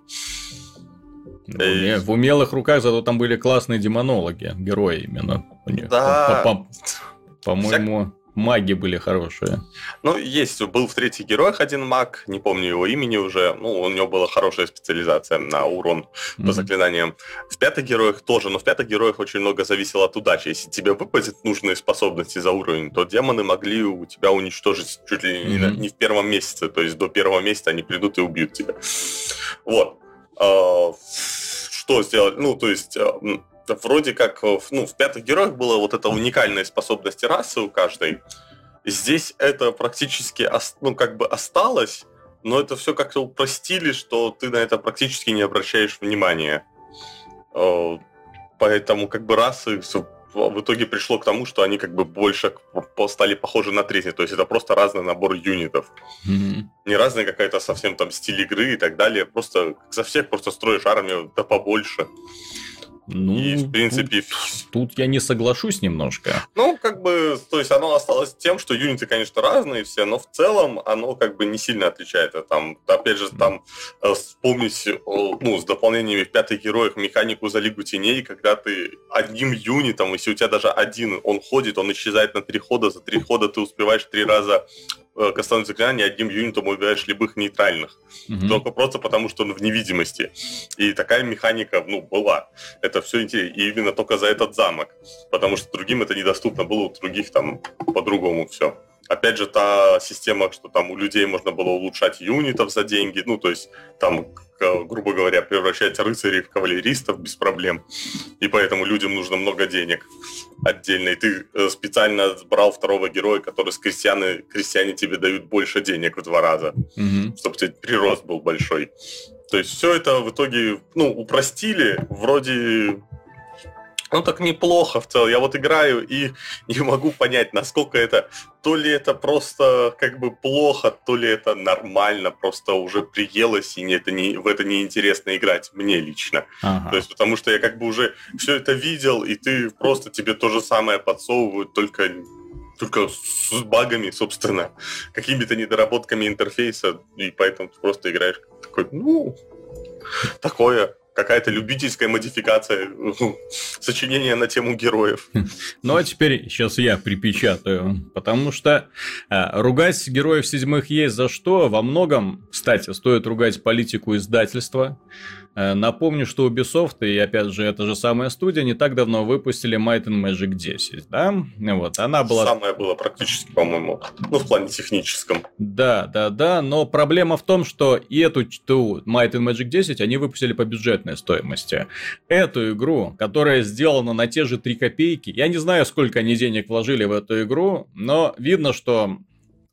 В умелых руках зато там были классные демонологи, герои именно. Да. По-моему, маги были хорошие. Был в третьих героях один маг, не помню его имени уже, у него была хорошая специализация на урон по заклинаниям. В пятых героях тоже, но в пятых героях очень много зависело от удачи. Если тебе выпадет нужные способности за уровень, то демоны могли у тебя уничтожить чуть ли не в первом месяце, то есть до первого месяца они придут и убьют тебя. Вот. Что сделать? Вроде как в пятых героях была вот эта уникальная способность расы у каждой. Здесь это практически осталось, но это все как-то упростили, что ты на это практически не обращаешь внимания. Поэтому как бы расы в итоге пришло к тому, что они как бы больше стали похожи на третьи. То есть это просто разный набор юнитов. Не разная какая-то совсем там стиль игры и так далее. Просто за всех просто строишь армию да побольше. И, в принципе... Тут я не соглашусь немножко. То есть оно осталось тем, что юниты, конечно, разные все, но в целом оно как бы не сильно отличается. Там, опять же, вспомнить, с дополнениями в пятых героях механику за Лигу Теней, когда ты одним юнитом, если у тебя даже один, он ходит, он исчезает на 3 хода, за 3 хода ты успеваешь 3 раза кастовать заклинание, одним юнитом убиваешь любых нейтральных. Только просто потому, что он в невидимости. И такая механика, была. Это все интересно. И именно только за этот замок. Потому что другим это недоступно было, у других там по-другому все. Опять же, та система, что там у людей можно было улучшать юнитов за деньги, то есть там, грубо говоря, превращать рыцарей в кавалеристов без проблем. И поэтому людям нужно много денег отдельно. И ты специально брал второго героя, который крестьяне тебе дают больше денег в 2 раза, чтобы тебе прирост был большой. То есть все это в итоге, упростили, вроде... так неплохо в целом. Я вот играю и не могу понять, насколько это... То ли это просто как бы плохо, то ли это нормально, просто уже приелось, и в это неинтересно играть мне лично. То есть, потому что я как бы уже все это видел, и ты просто тебе то же самое подсовывают, только с багами, собственно, какими-то недоработками интерфейса, и поэтому ты просто играешь такой, такое... Какая-то любительская модификация сочинения на тему героев. Ну, а теперь сейчас я припечатаю, потому что ругать героев седьмых есть за что. Во многом, кстати, стоит ругать политику издательства. Напомню, что Ubisoft, и опять же, эта же самая студия, не так давно выпустили Might and Magic 10, да? Вот, она была... Самая была практически, по-моему, в плане техническом. Да, но проблема в том, что и эту Might and Magic 10 они выпустили по бюджетной стоимости. Эту игру, которая сделана на те же 3 копейки, я не знаю, сколько они денег вложили в эту игру, но видно, что...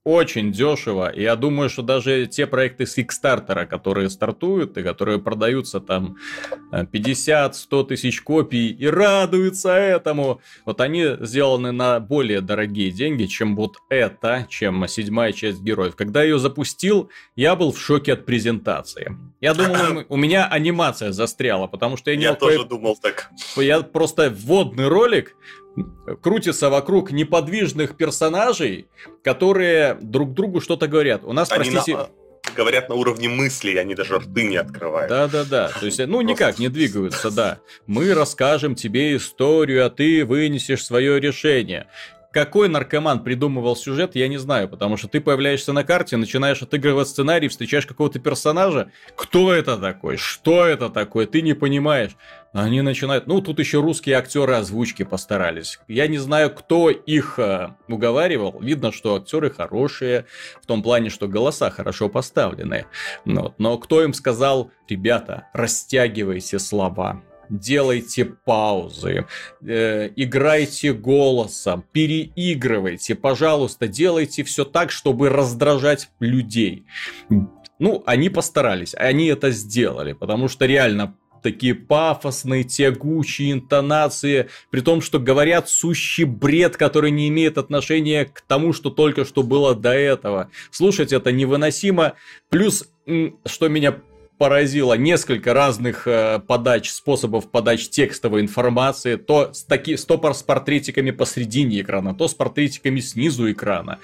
очень дешево. И я думаю, что даже те проекты с Kickstarter, которые стартуют и которые продаются там 50-100 тысяч копий и радуются этому, вот они сделаны на более дорогие деньги, чем вот это, чем 7-я часть Героев. Когда я ее запустил, я был в шоке от презентации. Я думал, у меня анимация застряла, потому что я не Я мог... тоже думал так. Я просто вводный ролик крутится вокруг неподвижных персонажей, которые друг другу что-то говорят. У нас, простите... Говорят на уровне мыслей, они даже рты не открывают. Да. То есть, никак не двигаются, да. Мы расскажем тебе историю, а ты вынесешь свое решение. Какой наркоман придумывал сюжет, я не знаю, потому что ты появляешься на карте, начинаешь отыгрывать сценарий, встречаешь какого-то персонажа. Кто это такой? Что это такое? Ты не понимаешь. Они начинают... тут еще русские актеры озвучки постарались. Я не знаю, кто их уговаривал. Видно, что актеры хорошие, в том плане, что голоса хорошо поставлены. Но кто им сказал: ребята, растягивайте слова, делайте паузы, играйте голосом, переигрывайте, пожалуйста, делайте все так, чтобы раздражать людей. Они постарались, они это сделали, потому что реально такие пафосные, тягучие интонации, при том, что говорят сущий бред, который не имеет отношения к тому, что только что было до этого. Слушать это невыносимо. Плюс, что меня поразило, несколько разных способов подач текстовой информации, то с портретиками посредине экрана, то с портретиками снизу экрана.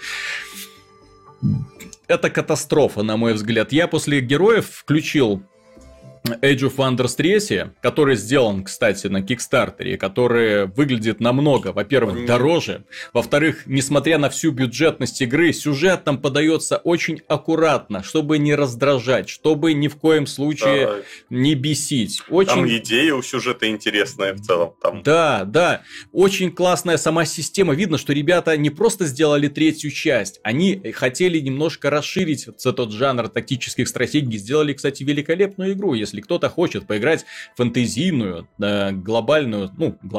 Это катастрофа, на мой взгляд. Я после Героев включил Age of Wonders 3, который сделан, кстати, на Kickstarter, который выглядит намного, во-первых, дороже, во-вторых, несмотря на всю бюджетность игры, сюжет там подается очень аккуратно, чтобы не раздражать, чтобы ни в коем случае не бесить. Там идея у сюжета интересная в целом. Да, очень классная сама система. Видно, что ребята не просто сделали 3-ю часть, они хотели немножко расширить этот жанр тактических стратегий. Сделали, кстати, великолепную игру. Если кто-то хочет поиграть в фэнтезийную, глобальную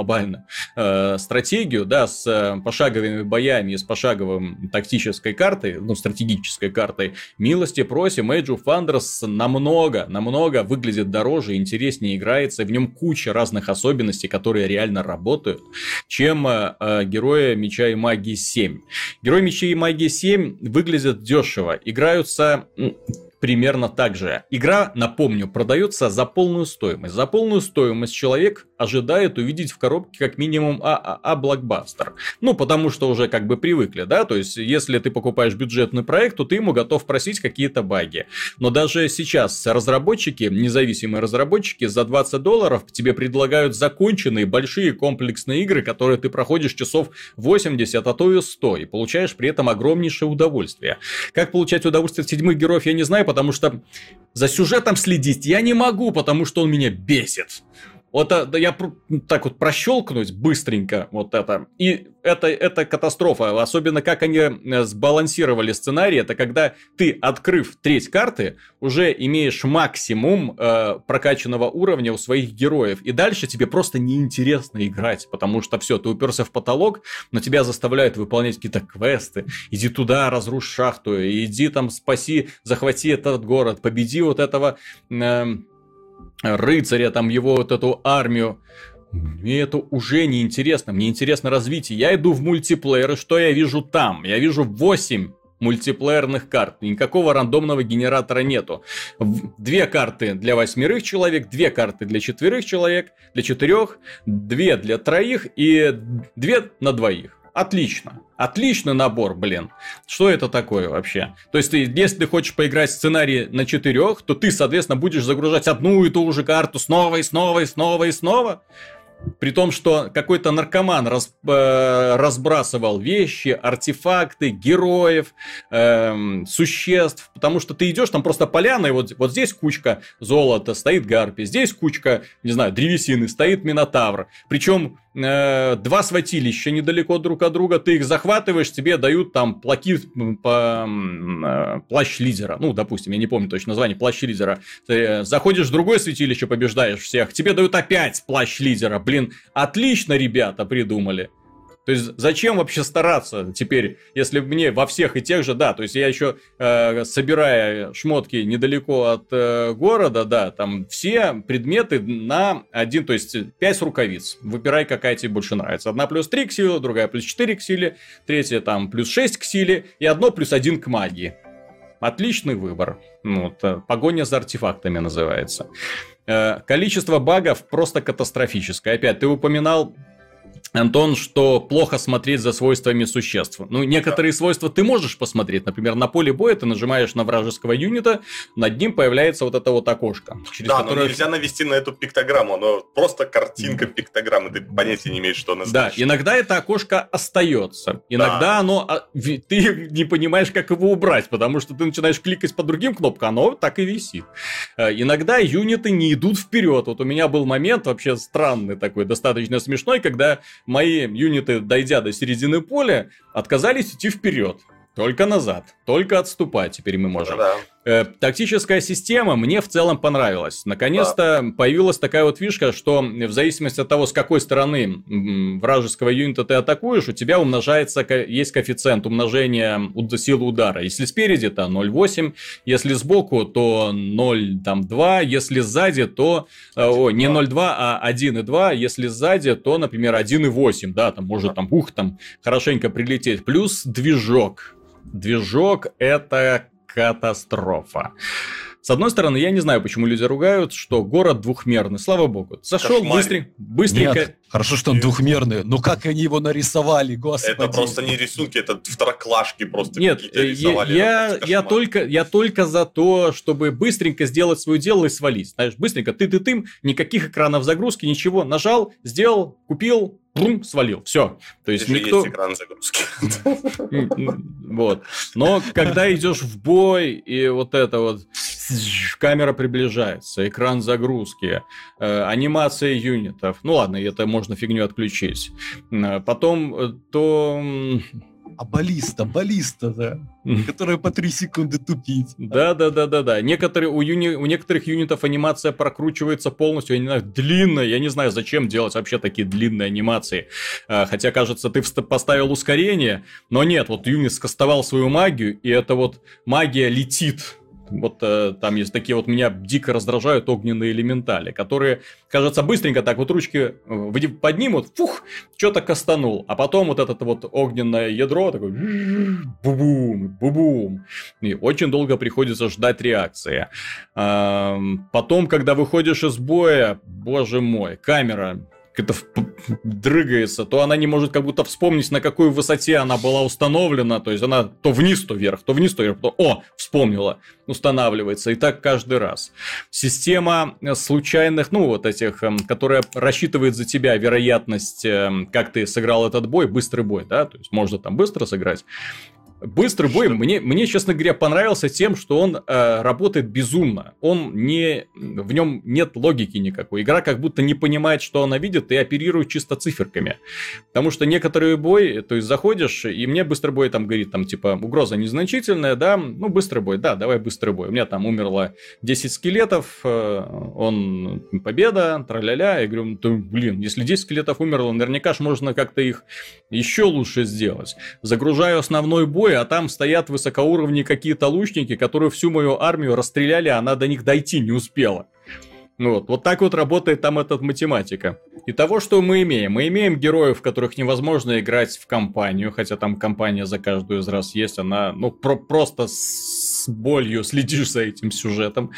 стратегию, да, с пошаговыми боями и с пошаговым тактической картой, стратегической картой, милости просим. Age of Wonders намного выглядит дороже, интереснее играется, в нем куча разных особенностей, которые реально работают, чем Герои Меча и Магии 7. Герои Меча и Магии 7 выглядят дешево, играются примерно так же. Игра, напомню, продается за полную стоимость. За полную стоимость человек ожидает увидеть в коробке как минимум блокбастер. Потому что уже как бы привыкли, да? То есть, если ты покупаешь бюджетный проект, то ты ему готов просить какие-то баги. Но даже сейчас разработчики, независимые разработчики, за $20 тебе предлагают законченные большие комплексные игры, которые ты проходишь часов 80, а то и 100, и получаешь при этом огромнейшее удовольствие. Как получать удовольствие от 7 героев, я не знаю, потому что за сюжетом следить я не могу, потому что он меня бесит. Вот я так вот прощелкнуть быстренько вот это. И это катастрофа. Особенно как они сбалансировали сценарий. Это когда ты, открыв треть карты, уже имеешь максимум прокачанного уровня у своих героев. И дальше тебе просто неинтересно играть. Потому что все, ты уперся в потолок, но тебя заставляют выполнять какие-то квесты. Иди туда, разрушь шахту. Иди там, спаси, захвати этот город. Победи вот этого... рыцаря, там его вот эту армию. Мне это уже не интересно. Мне интересно развитие. Я иду в мультиплеер, и что я вижу там? Я вижу 8 мультиплеерных карт. Никакого рандомного генератора нету. 2 карты для 8 человек, 2 карты для 4 человек, для 4, 2 для 3 и 2 на 2. Отлично. Отличный набор, блин. Что это такое вообще? То есть, если ты хочешь поиграть сценарий на 4, то ты, соответственно, будешь загружать одну и ту же карту снова и снова и снова и снова. При том, что какой-то наркоман разбрасывал вещи, артефакты, героев, существ. Потому что ты идешь, там просто поляна, и вот здесь кучка золота, стоит гарпия, здесь кучка, не знаю, древесины, стоит минотавр. Причем 2 святилища недалеко друг от друга, ты их захватываешь, тебе дают там плащ лидера. Допустим, я не помню точно название, плащ лидера. Ты заходишь в другое святилище, побеждаешь всех, тебе дают опять плащ лидера. Блин, отлично ребята придумали. То есть, зачем вообще стараться теперь, если мне во всех и тех же, да, то есть, я еще, собирая шмотки недалеко от города, да, там все предметы на один, то есть, 5 рукавиц. Выбирай, какая тебе больше нравится. Одна плюс 3 к силе, другая плюс 4 к силе, третья там плюс 6 к силе, и одно плюс 1 к магии. Отличный выбор. Вот, погоня за артефактами называется. Количество багов просто катастрофическое. Опять, ты упоминал, Антон, что плохо смотреть за свойствами существ. Ну, некоторые свойства ты можешь посмотреть. Например, на поле боя ты нажимаешь на вражеского юнита, над ним появляется вот это вот окошко. Да, которое... но нельзя навести на эту пиктограмму. Оно просто картинка пиктограммы. Ты понятия не имеешь, что она значит. Да, иногда это окошко остается. Иногда оно... Ты не понимаешь, как его убрать, потому что ты начинаешь кликать по другим кнопкам, оно так и висит. Иногда юниты не идут вперед. Вот у меня был момент вообще странный такой, достаточно смешной, когда мои юниты, дойдя до середины поля, отказались идти вперед. Только назад, только отступать теперь мы можем. Тактическая система мне в целом понравилась. Наконец-то появилась такая вот фишка, что в зависимости от того, с какой стороны вражеского юнита ты атакуешь, у тебя умножается, есть коэффициент умножения силы удара. Если спереди, то 0,8, если сбоку, то 0,2, если сзади, то не 0,2, а 1,2, если сзади, то, например, 1,8, да, там может там хорошенько прилететь. Плюс движок. Движок – это катастрофа. С одной стороны, я не знаю, почему люди ругают, что город двухмерный. Слава богу. Зашел быстренько. Нет, хорошо, что он двухмерный. Но как они его нарисовали, господи. Это просто не рисунки, это второклашки просто. Нет, я только за то, чтобы быстренько сделать свое дело и свалить. Знаешь, быстренько, ты-ты-тым, никаких экранов загрузки, ничего. Нажал, сделал, купил, свалил. Все. То есть никто... есть экран загрузки. Вот. Но когда идешь в бой, и вот это вот камера приближается, экран загрузки, анимация юнитов. Ну ладно, это можно фигню отключить. Потом то... А баллиста, да, которая по 3 секунды тупит. Да. У некоторых юнитов анимация прокручивается полностью, они длинная, я не знаю, зачем делать вообще такие длинные анимации. Хотя, кажется, ты поставил ускорение, но нет, вот юнит скастовал свою магию, и эта вот магия летит. Вот там есть такие вот, меня дико раздражают огненные элементали, которые, кажется, быстренько так вот ручки поднимут, что-то кастанул, а потом вот это вот огненное ядро такое бу-бум, и очень долго приходится ждать реакции. Потом, когда выходишь из боя, боже мой, камера это дрыгается, то она не может как будто вспомнить, на какой высоте она была установлена, то есть она то вниз, то вверх, то вспомнила, устанавливается, и так каждый раз. Система случайных, вот этих, которая рассчитывает за тебя вероятность, как ты сыграл этот бой, быстрый бой, да, то есть можно там быстро сыграть. Быстрый бой мне, честно говоря, понравился тем, что он работает безумно. В нем нет логики никакой. Игра как будто не понимает, что она видит, и оперирует чисто циферками. Потому что некоторые бои, то есть заходишь, и мне быстрый бой там говорит, там типа угроза незначительная, да, быстрый бой, да, давай быстрый бой. У меня там умерло 10 скелетов, он победа, тра-ля-ля. Я говорю, если 10 скелетов умерло, наверняка ж можно как-то их еще лучше сделать. Загружаю основной бой, а там стоят высокоуровневые какие-то лучники, которые всю мою армию расстреляли, а она до них дойти не успела. Вот так вот работает там эта математика. И того, что мы имеем? Мы имеем героев, которых невозможно играть в кампанию, хотя там кампания за каждую из раз есть, она, просто с болью следишь за этим сюжетом.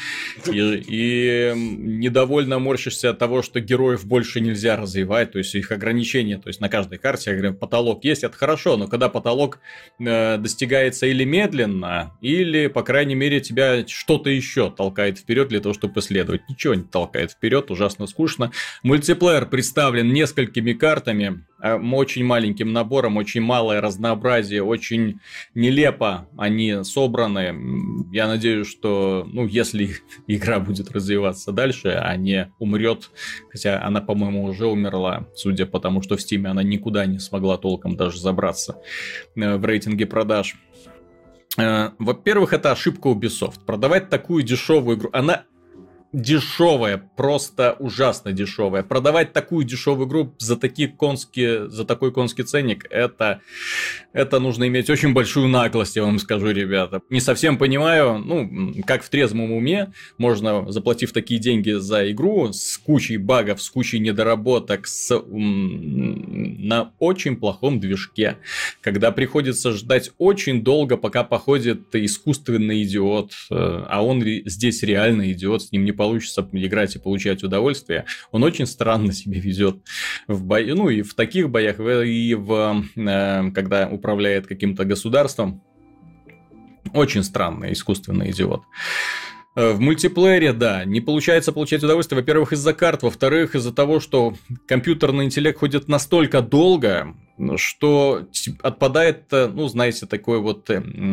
И недовольно морщишься от того, что героев больше нельзя развивать, то есть их ограничения, то есть на каждой карте, я говорю, потолок есть, это хорошо, но когда потолок достигается или медленно, или, по крайней мере, тебя что-то еще толкает вперед для того, чтобы исследовать. Ничего не толкает вперед, ужасно скучно. Мультиплеер представлен несколькими картами, очень маленьким набором, очень малое разнообразие, очень нелепо они собраны. Я надеюсь, что, если игра будет развиваться дальше, а не умрет, хотя она, по-моему, уже умерла, судя по тому, что в Steam она никуда не смогла толком даже забраться в рейтинге продаж. Во-первых, это ошибка Ubisoft. Продавать такую дешевую игру, она дешевая, просто ужасно дешевая. Продавать такую дешевую игру за такой конский ценник, это нужно иметь очень большую наглость, я вам скажу, ребята. Не совсем понимаю, как в трезвом уме можно, заплатив такие деньги за игру с кучей багов, с кучей недоработок, на очень плохом движке, когда приходится ждать очень долго, пока походит искусственный идиот, а он здесь реально идиот, с ним не получится играть и получать удовольствие, он очень странно себя ведет в бою, и в таких боях, и когда управляет каким-то государством, очень странный искусственный идиот. В мультиплеере, да, не получается получать удовольствие, во-первых, из-за карт, во-вторых, из-за того, что компьютерный интеллект ходит настолько долго, что отпадает, знаете, такой вот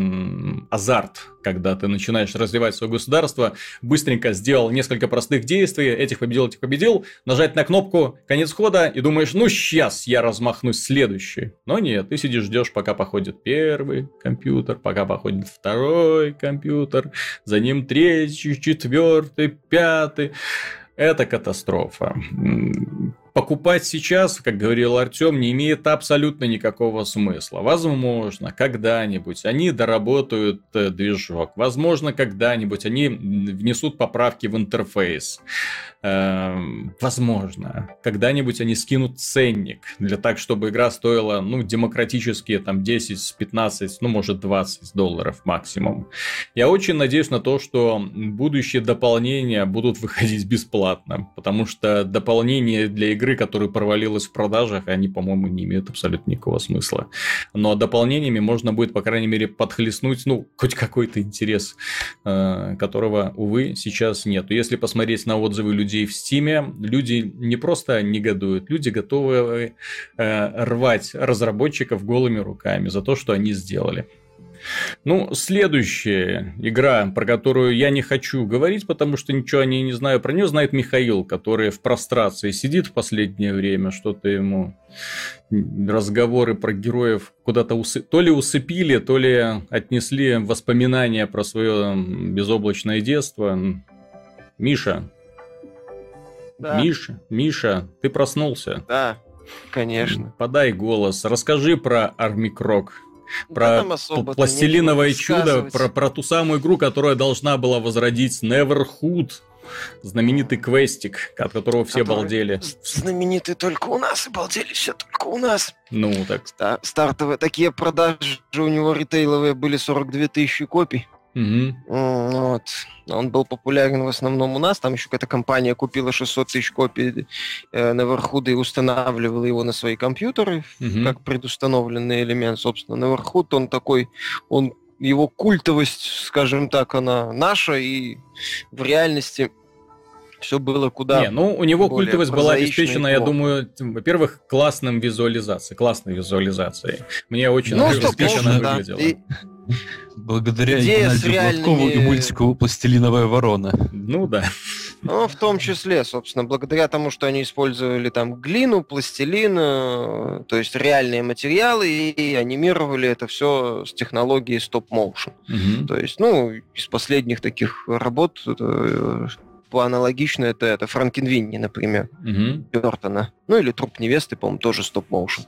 азарт, когда ты начинаешь развивать свое государство, быстренько сделал несколько простых действий, этих победил, нажать на кнопку, конец хода, и думаешь, сейчас я размахнусь следующий. Но нет, ты сидишь, ждешь, пока походит первый компьютер, пока походит второй компьютер, за ним третий, четвертый, пятый. Это катастрофа. Покупать сейчас, как говорил Артем, не имеет абсолютно никакого смысла. Возможно, когда-нибудь они доработают движок. Возможно, когда-нибудь они внесут поправки в интерфейс. Возможно, когда-нибудь они скинут ценник так, чтобы игра стоила, демократические 10, 15, может $20 максимум. Я очень надеюсь на то, что будущие дополнения будут выходить бесплатно, потому что дополнения для игры, которая провалилась в продажах, они, по-моему, не имеют абсолютно никакого смысла. Но дополнениями можно будет, по крайней мере, подхлестнуть, хоть какой-то интерес, которого, увы, сейчас нет. Если посмотреть на отзывы людей в Steam, люди не просто негодуют, люди готовы рвать разработчиков голыми руками за то, что они сделали. Следующая игра, про которую я не хочу говорить, потому что ничего о ней не знаю, про нее знает Михаил, который в прострации сидит в последнее время, что-то ему разговоры про героев куда-то то ли усыпили, то ли отнесли воспоминания про свое безоблачное детство. Миша. Да. Миша, ты проснулся? Да, конечно. Подай голос, расскажи про Army Krog. Про пластилиновое чудо, про ту самую игру, которая должна была возродить Neverhood, знаменитый квестик, от которого все балдели. Знаменитый только у нас, и балдели все только у нас. Так. Стартовые такие продажи у него ритейловые были 42 тысячи копий. Угу. Он был популярен в основном у нас. Там еще какая-то компания купила 600 тысяч копий Neverhood и устанавливала его на свои компьютеры, как предустановленный элемент. Собственно, Neverhood, он такой, его культовость, скажем так, она наша, и в реальности все было куда у него культовость была обеспечена, я думаю, во-первых, классной визуализацией. Мне очень нравилось, как она выглядела. Благодаря Геннадию Гладкову и мультику «Пластилиновая ворона». Да. В том числе, собственно, благодаря тому, что они использовали там глину, пластилин, то есть реальные материалы, и анимировали это все с технологией стоп-моушен. То есть, из последних таких работ аналогично это Франкенвинни, например, Бёртона. Или Труп невесты, по-моему, тоже стоп-моушен.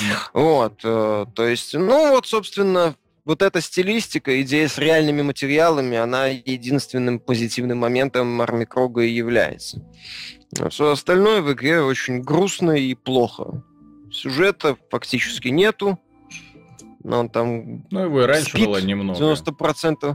То есть, собственно, вот эта стилистика, идея с реальными материалами, она единственным позитивным моментом Army Krog и является. А все остальное в игре очень грустно и плохо. Сюжета фактически нету. Но он там... его и раньше было немного. 90%.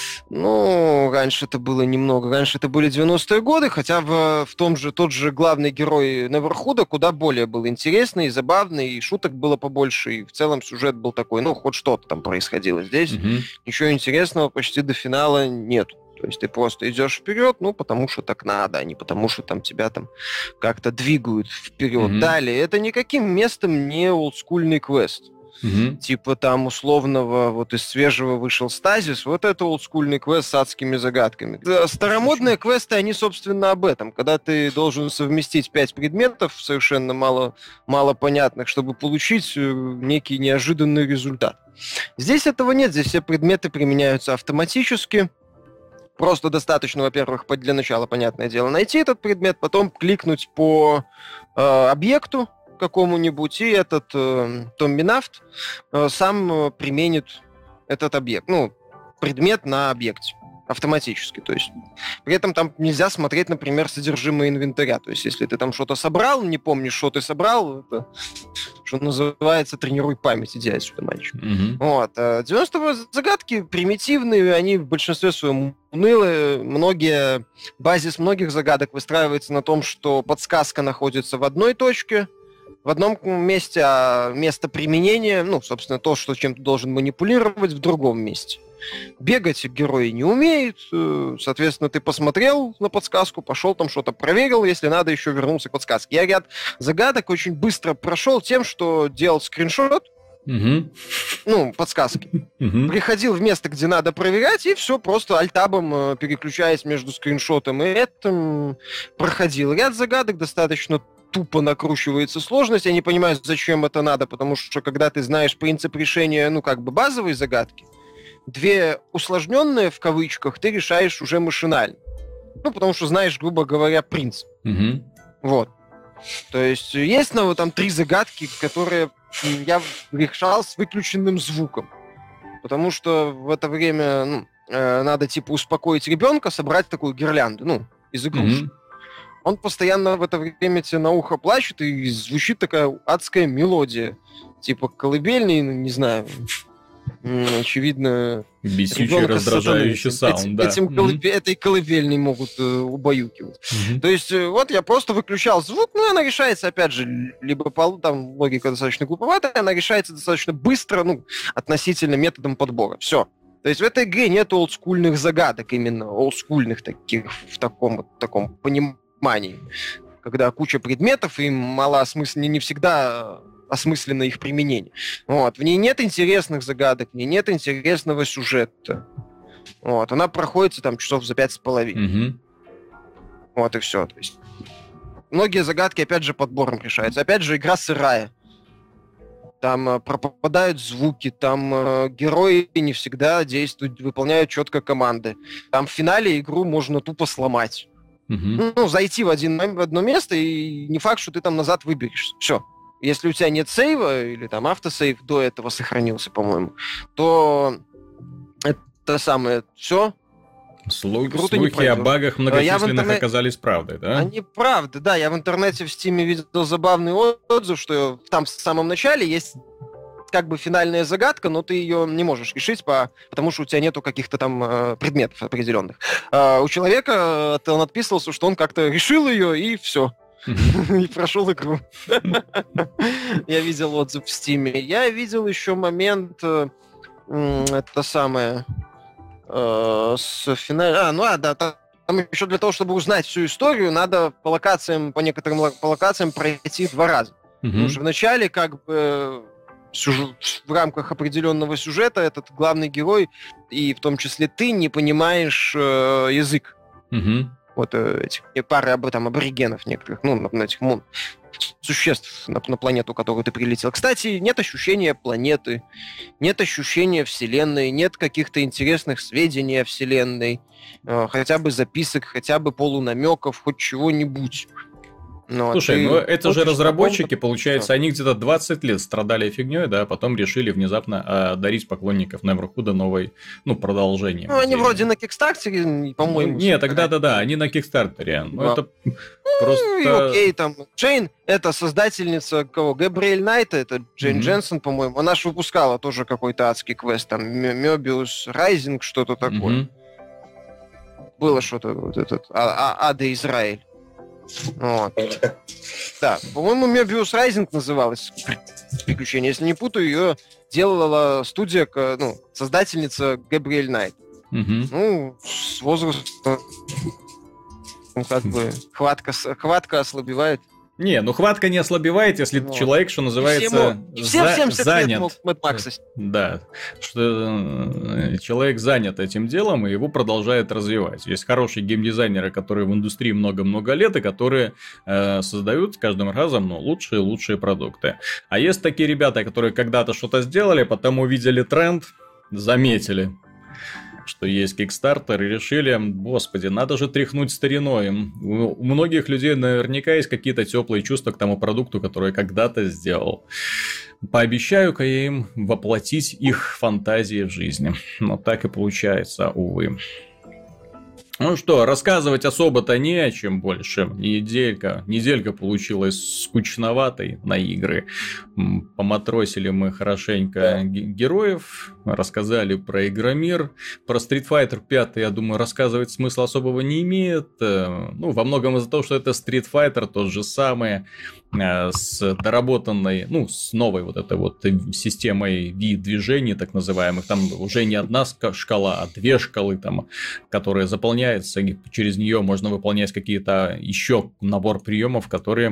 Раньше это было немного. Раньше это были 90-е годы, хотя тот же главный герой Neverhood куда более был интересный, забавный, и шуток было побольше, и в целом сюжет был такой, хоть что-то там происходило. Здесь ничего интересного почти до финала нет. То есть ты просто идешь вперед, потому что так надо, а не потому что тебя как-то двигают вперед. Далее, это никаким местом не олдскульный квест. Типа там условного, из свежего вышел Стазис, это олдскульный квест с адскими загадками. Старомодные квесты, они, собственно, об этом. Когда ты должен совместить 5 предметов, совершенно мало понятных, чтобы получить некий неожиданный результат. Здесь этого нет, здесь все предметы применяются автоматически. Просто достаточно, во-первых, для начала, понятное дело, найти этот предмет, потом кликнуть по объекту какому-нибудь, и этот Томбинавт сам применит этот объект, предмет на объекте автоматически. То есть при этом там нельзя смотреть, например, содержимое инвентаря. То есть если ты там что-то собрал, не помнишь, что ты собрал, это, что называется, тренируй память, иди отсюда, мальчик. Вот. 90-е загадки примитивные, они в большинстве своем унылые. Базис многих загадок выстраивается на том, что подсказка находится в одной точке, в одном месте, а место применения, собственно, то, что чем ты должен манипулировать, в другом месте. Бегать герои не умеют, соответственно, ты посмотрел на подсказку, пошел там что-то проверил, если надо, еще вернулся к подсказке. Я ряд загадок очень быстро прошел тем, что делал скриншот, подсказки. Приходил в место, где надо проверять, и все, просто альтабом, переключаясь между скриншотом и этим, проходил. Ряд загадок достаточно тупо накручивается сложность. Я не понимаю, зачем это надо, потому что когда ты знаешь принцип решения, базовой загадки, две усложненные, в кавычках, ты решаешь уже машинально. Потому что знаешь, грубо говоря, принцип. Вот. То есть есть там 3 загадки, которые я решал с выключенным звуком. Потому что в это время надо, успокоить ребенка, собрать такую гирлянду, из игрушек. Он постоянно в это время тебе на ухо плачет, и звучит такая адская мелодия. Колыбельный, не знаю... Очевидно, бесючий, раздражающий саунд, да. Этой колыбельной могут убаюкивать. То есть, вот я просто выключал звук, она решается, опять же, либо там логика достаточно глуповатая, она решается достаточно быстро, относительно методом подбора. Все. То есть в этой игре нет олдскульных загадок, именно олдскульных таких, в таком понимании. Когда куча предметов, и малоосмысленно, не всегда осмысленно их применение. Вот. В ней нет интересных загадок, в ней нет интересного сюжета. Вот. Она проходится часов за 5,5. Вот и все. То есть многие загадки, опять же, подбором решаются. Опять же, игра сырая. Там пропадают звуки, там герои не всегда действуют, выполняют четко команды. Там в финале игру можно тупо сломать. Зайти в одно место, и не факт, что ты там назад выберешься. Все. Если у тебя нет сейва, или там автосейв до этого сохранился, по-моему, то это самое все. Слухи о багах многочисленных оказались правдой, да? Они правда, да. Я в интернете в Стиме видел забавный отзыв, что там в самом начале есть финальная загадка, но ты ее не можешь решить, потому что у тебя нету каких-то там предметов определенных. У человека он отписывался, что он как-то решил ее, и все. И прошел игру. Я видел отзыв в Стиме. Я видел еще момент это самое с финалом. Там еще для того, чтобы узнать всю историю, надо по некоторым локациям пройти 2 раза. Потому что вначале в рамках определенного сюжета этот главный герой, и в том числе ты, не понимаешь язык. Вот этих пары аборигенов некоторых, этих существ на планету, которую ты прилетел. Кстати, нет ощущения планеты, нет ощущения Вселенной, нет каких-то интересных сведений о Вселенной, хотя бы записок, хотя бы полунамеков, хоть чего-нибудь. Слушай, это же разработчики, получается, они где-то 20 лет страдали фигней, да, а потом решили внезапно одарить поклонников Neverhood новой, продолжением. Они вроде на Кикстартере, по-моему. Нет, тогда да, они на Кикстартере. Это просто... Окей, там, Джейн, это создательница кого? Габриэль Найта, это Джейн Дженсен, по-моему. Она же выпускала тоже какой-то адский квест, там, Möbius Rising, что-то такое. Было что-то, Ада Израиль. Вот. Да, по-моему, Möbius Rising называлась приключение. Если не путаю, ее делала студия, создательница Габриэль Найт. С возрастом хватка ослабевает. Не, хватка не ослабевает, если человек, что называется, занят. Да, что человек занят этим делом, и его продолжает развивать. Есть хорошие геймдизайнеры, которые в индустрии много-много лет, и которые создают с каждым разом лучшие и лучшие продукты. А есть такие ребята, которые когда-то что-то сделали, потом увидели тренд, заметили, что есть Kickstarter, и решили, господи, надо же тряхнуть стариной. У многих людей наверняка есть какие-то теплые чувства к тому продукту, который я когда-то сделал. Пообещаю-ка я им воплотить их фантазии в жизни. Но так и получается, увы. Ну что, рассказывать особо-то не о чем больше. Неделька получилась скучноватой на игры. Поматросили мы хорошенько героев, рассказали про Игромир. Про Street Fighter 5, я думаю, рассказывать смысла особого не имеет. Ну, во многом из-за того, что это Street Fighter, тот же самый, с доработанной, ну, с новой вот этой вот системой движений, так называемых. Там уже не одна шкала, а две шкалы, там, которые заполняются. Через нее можно выполнять какие-то еще набор приемов, которые,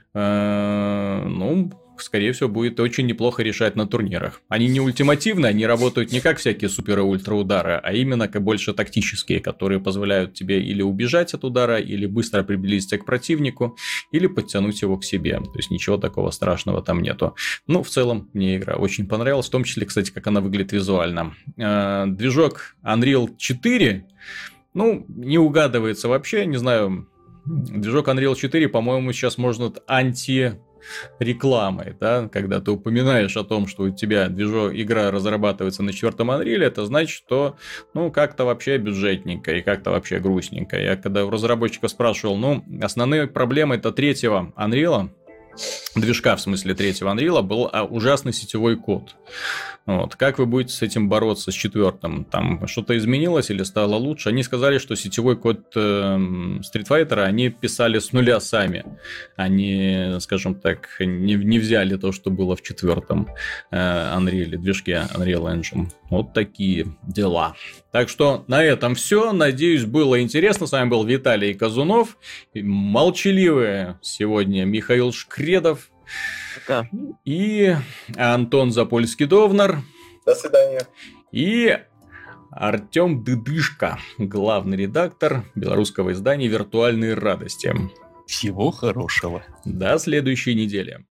ну, скорее всего, будет очень неплохо решать на турнирах. Они не ультимативные, они работают не как всякие супер- и ультра-удары, а именно как больше тактические, которые позволяют тебе или убежать от удара, или быстро приблизиться к противнику, или подтянуть его к себе. То есть ничего такого страшного там нету. Ну, в целом, мне игра очень понравилась, в том числе, кстати, как она выглядит визуально. Движок Unreal 4, ну, не угадывается вообще, не знаю. Движок Unreal 4, по-моему, сейчас можно рекламой, да, когда ты упоминаешь о том, что у тебя игра разрабатывается на 4-м Unreal, это значит, что, ну, как-то вообще бюджетненько и как-то вообще грустненько. Я когда у разработчиков спрашивал, ну, основные проблемы это 3-го Unreal, движка, в смысле 3-го Unreal, был ужасный сетевой код. Вот. Как вы будете с этим бороться, с 4-м? Там что-то изменилось или стало лучше? Они сказали, что сетевой код Street Fighter они писали с нуля сами. Они, скажем так, не взяли то, что было в 4-м Unreal, движке Unreal Engine. Вот такие дела. Так что на этом все. Надеюсь, было интересно. С вами был Виталий Казунов. Молчаливый сегодня Михаил Шкредов. Пока. И Антон Запольский-Довнар. До свидания. И Артем Дыдышко, главный редактор белорусского издания «Виртуальные радости». Всего хорошего. До следующей недели.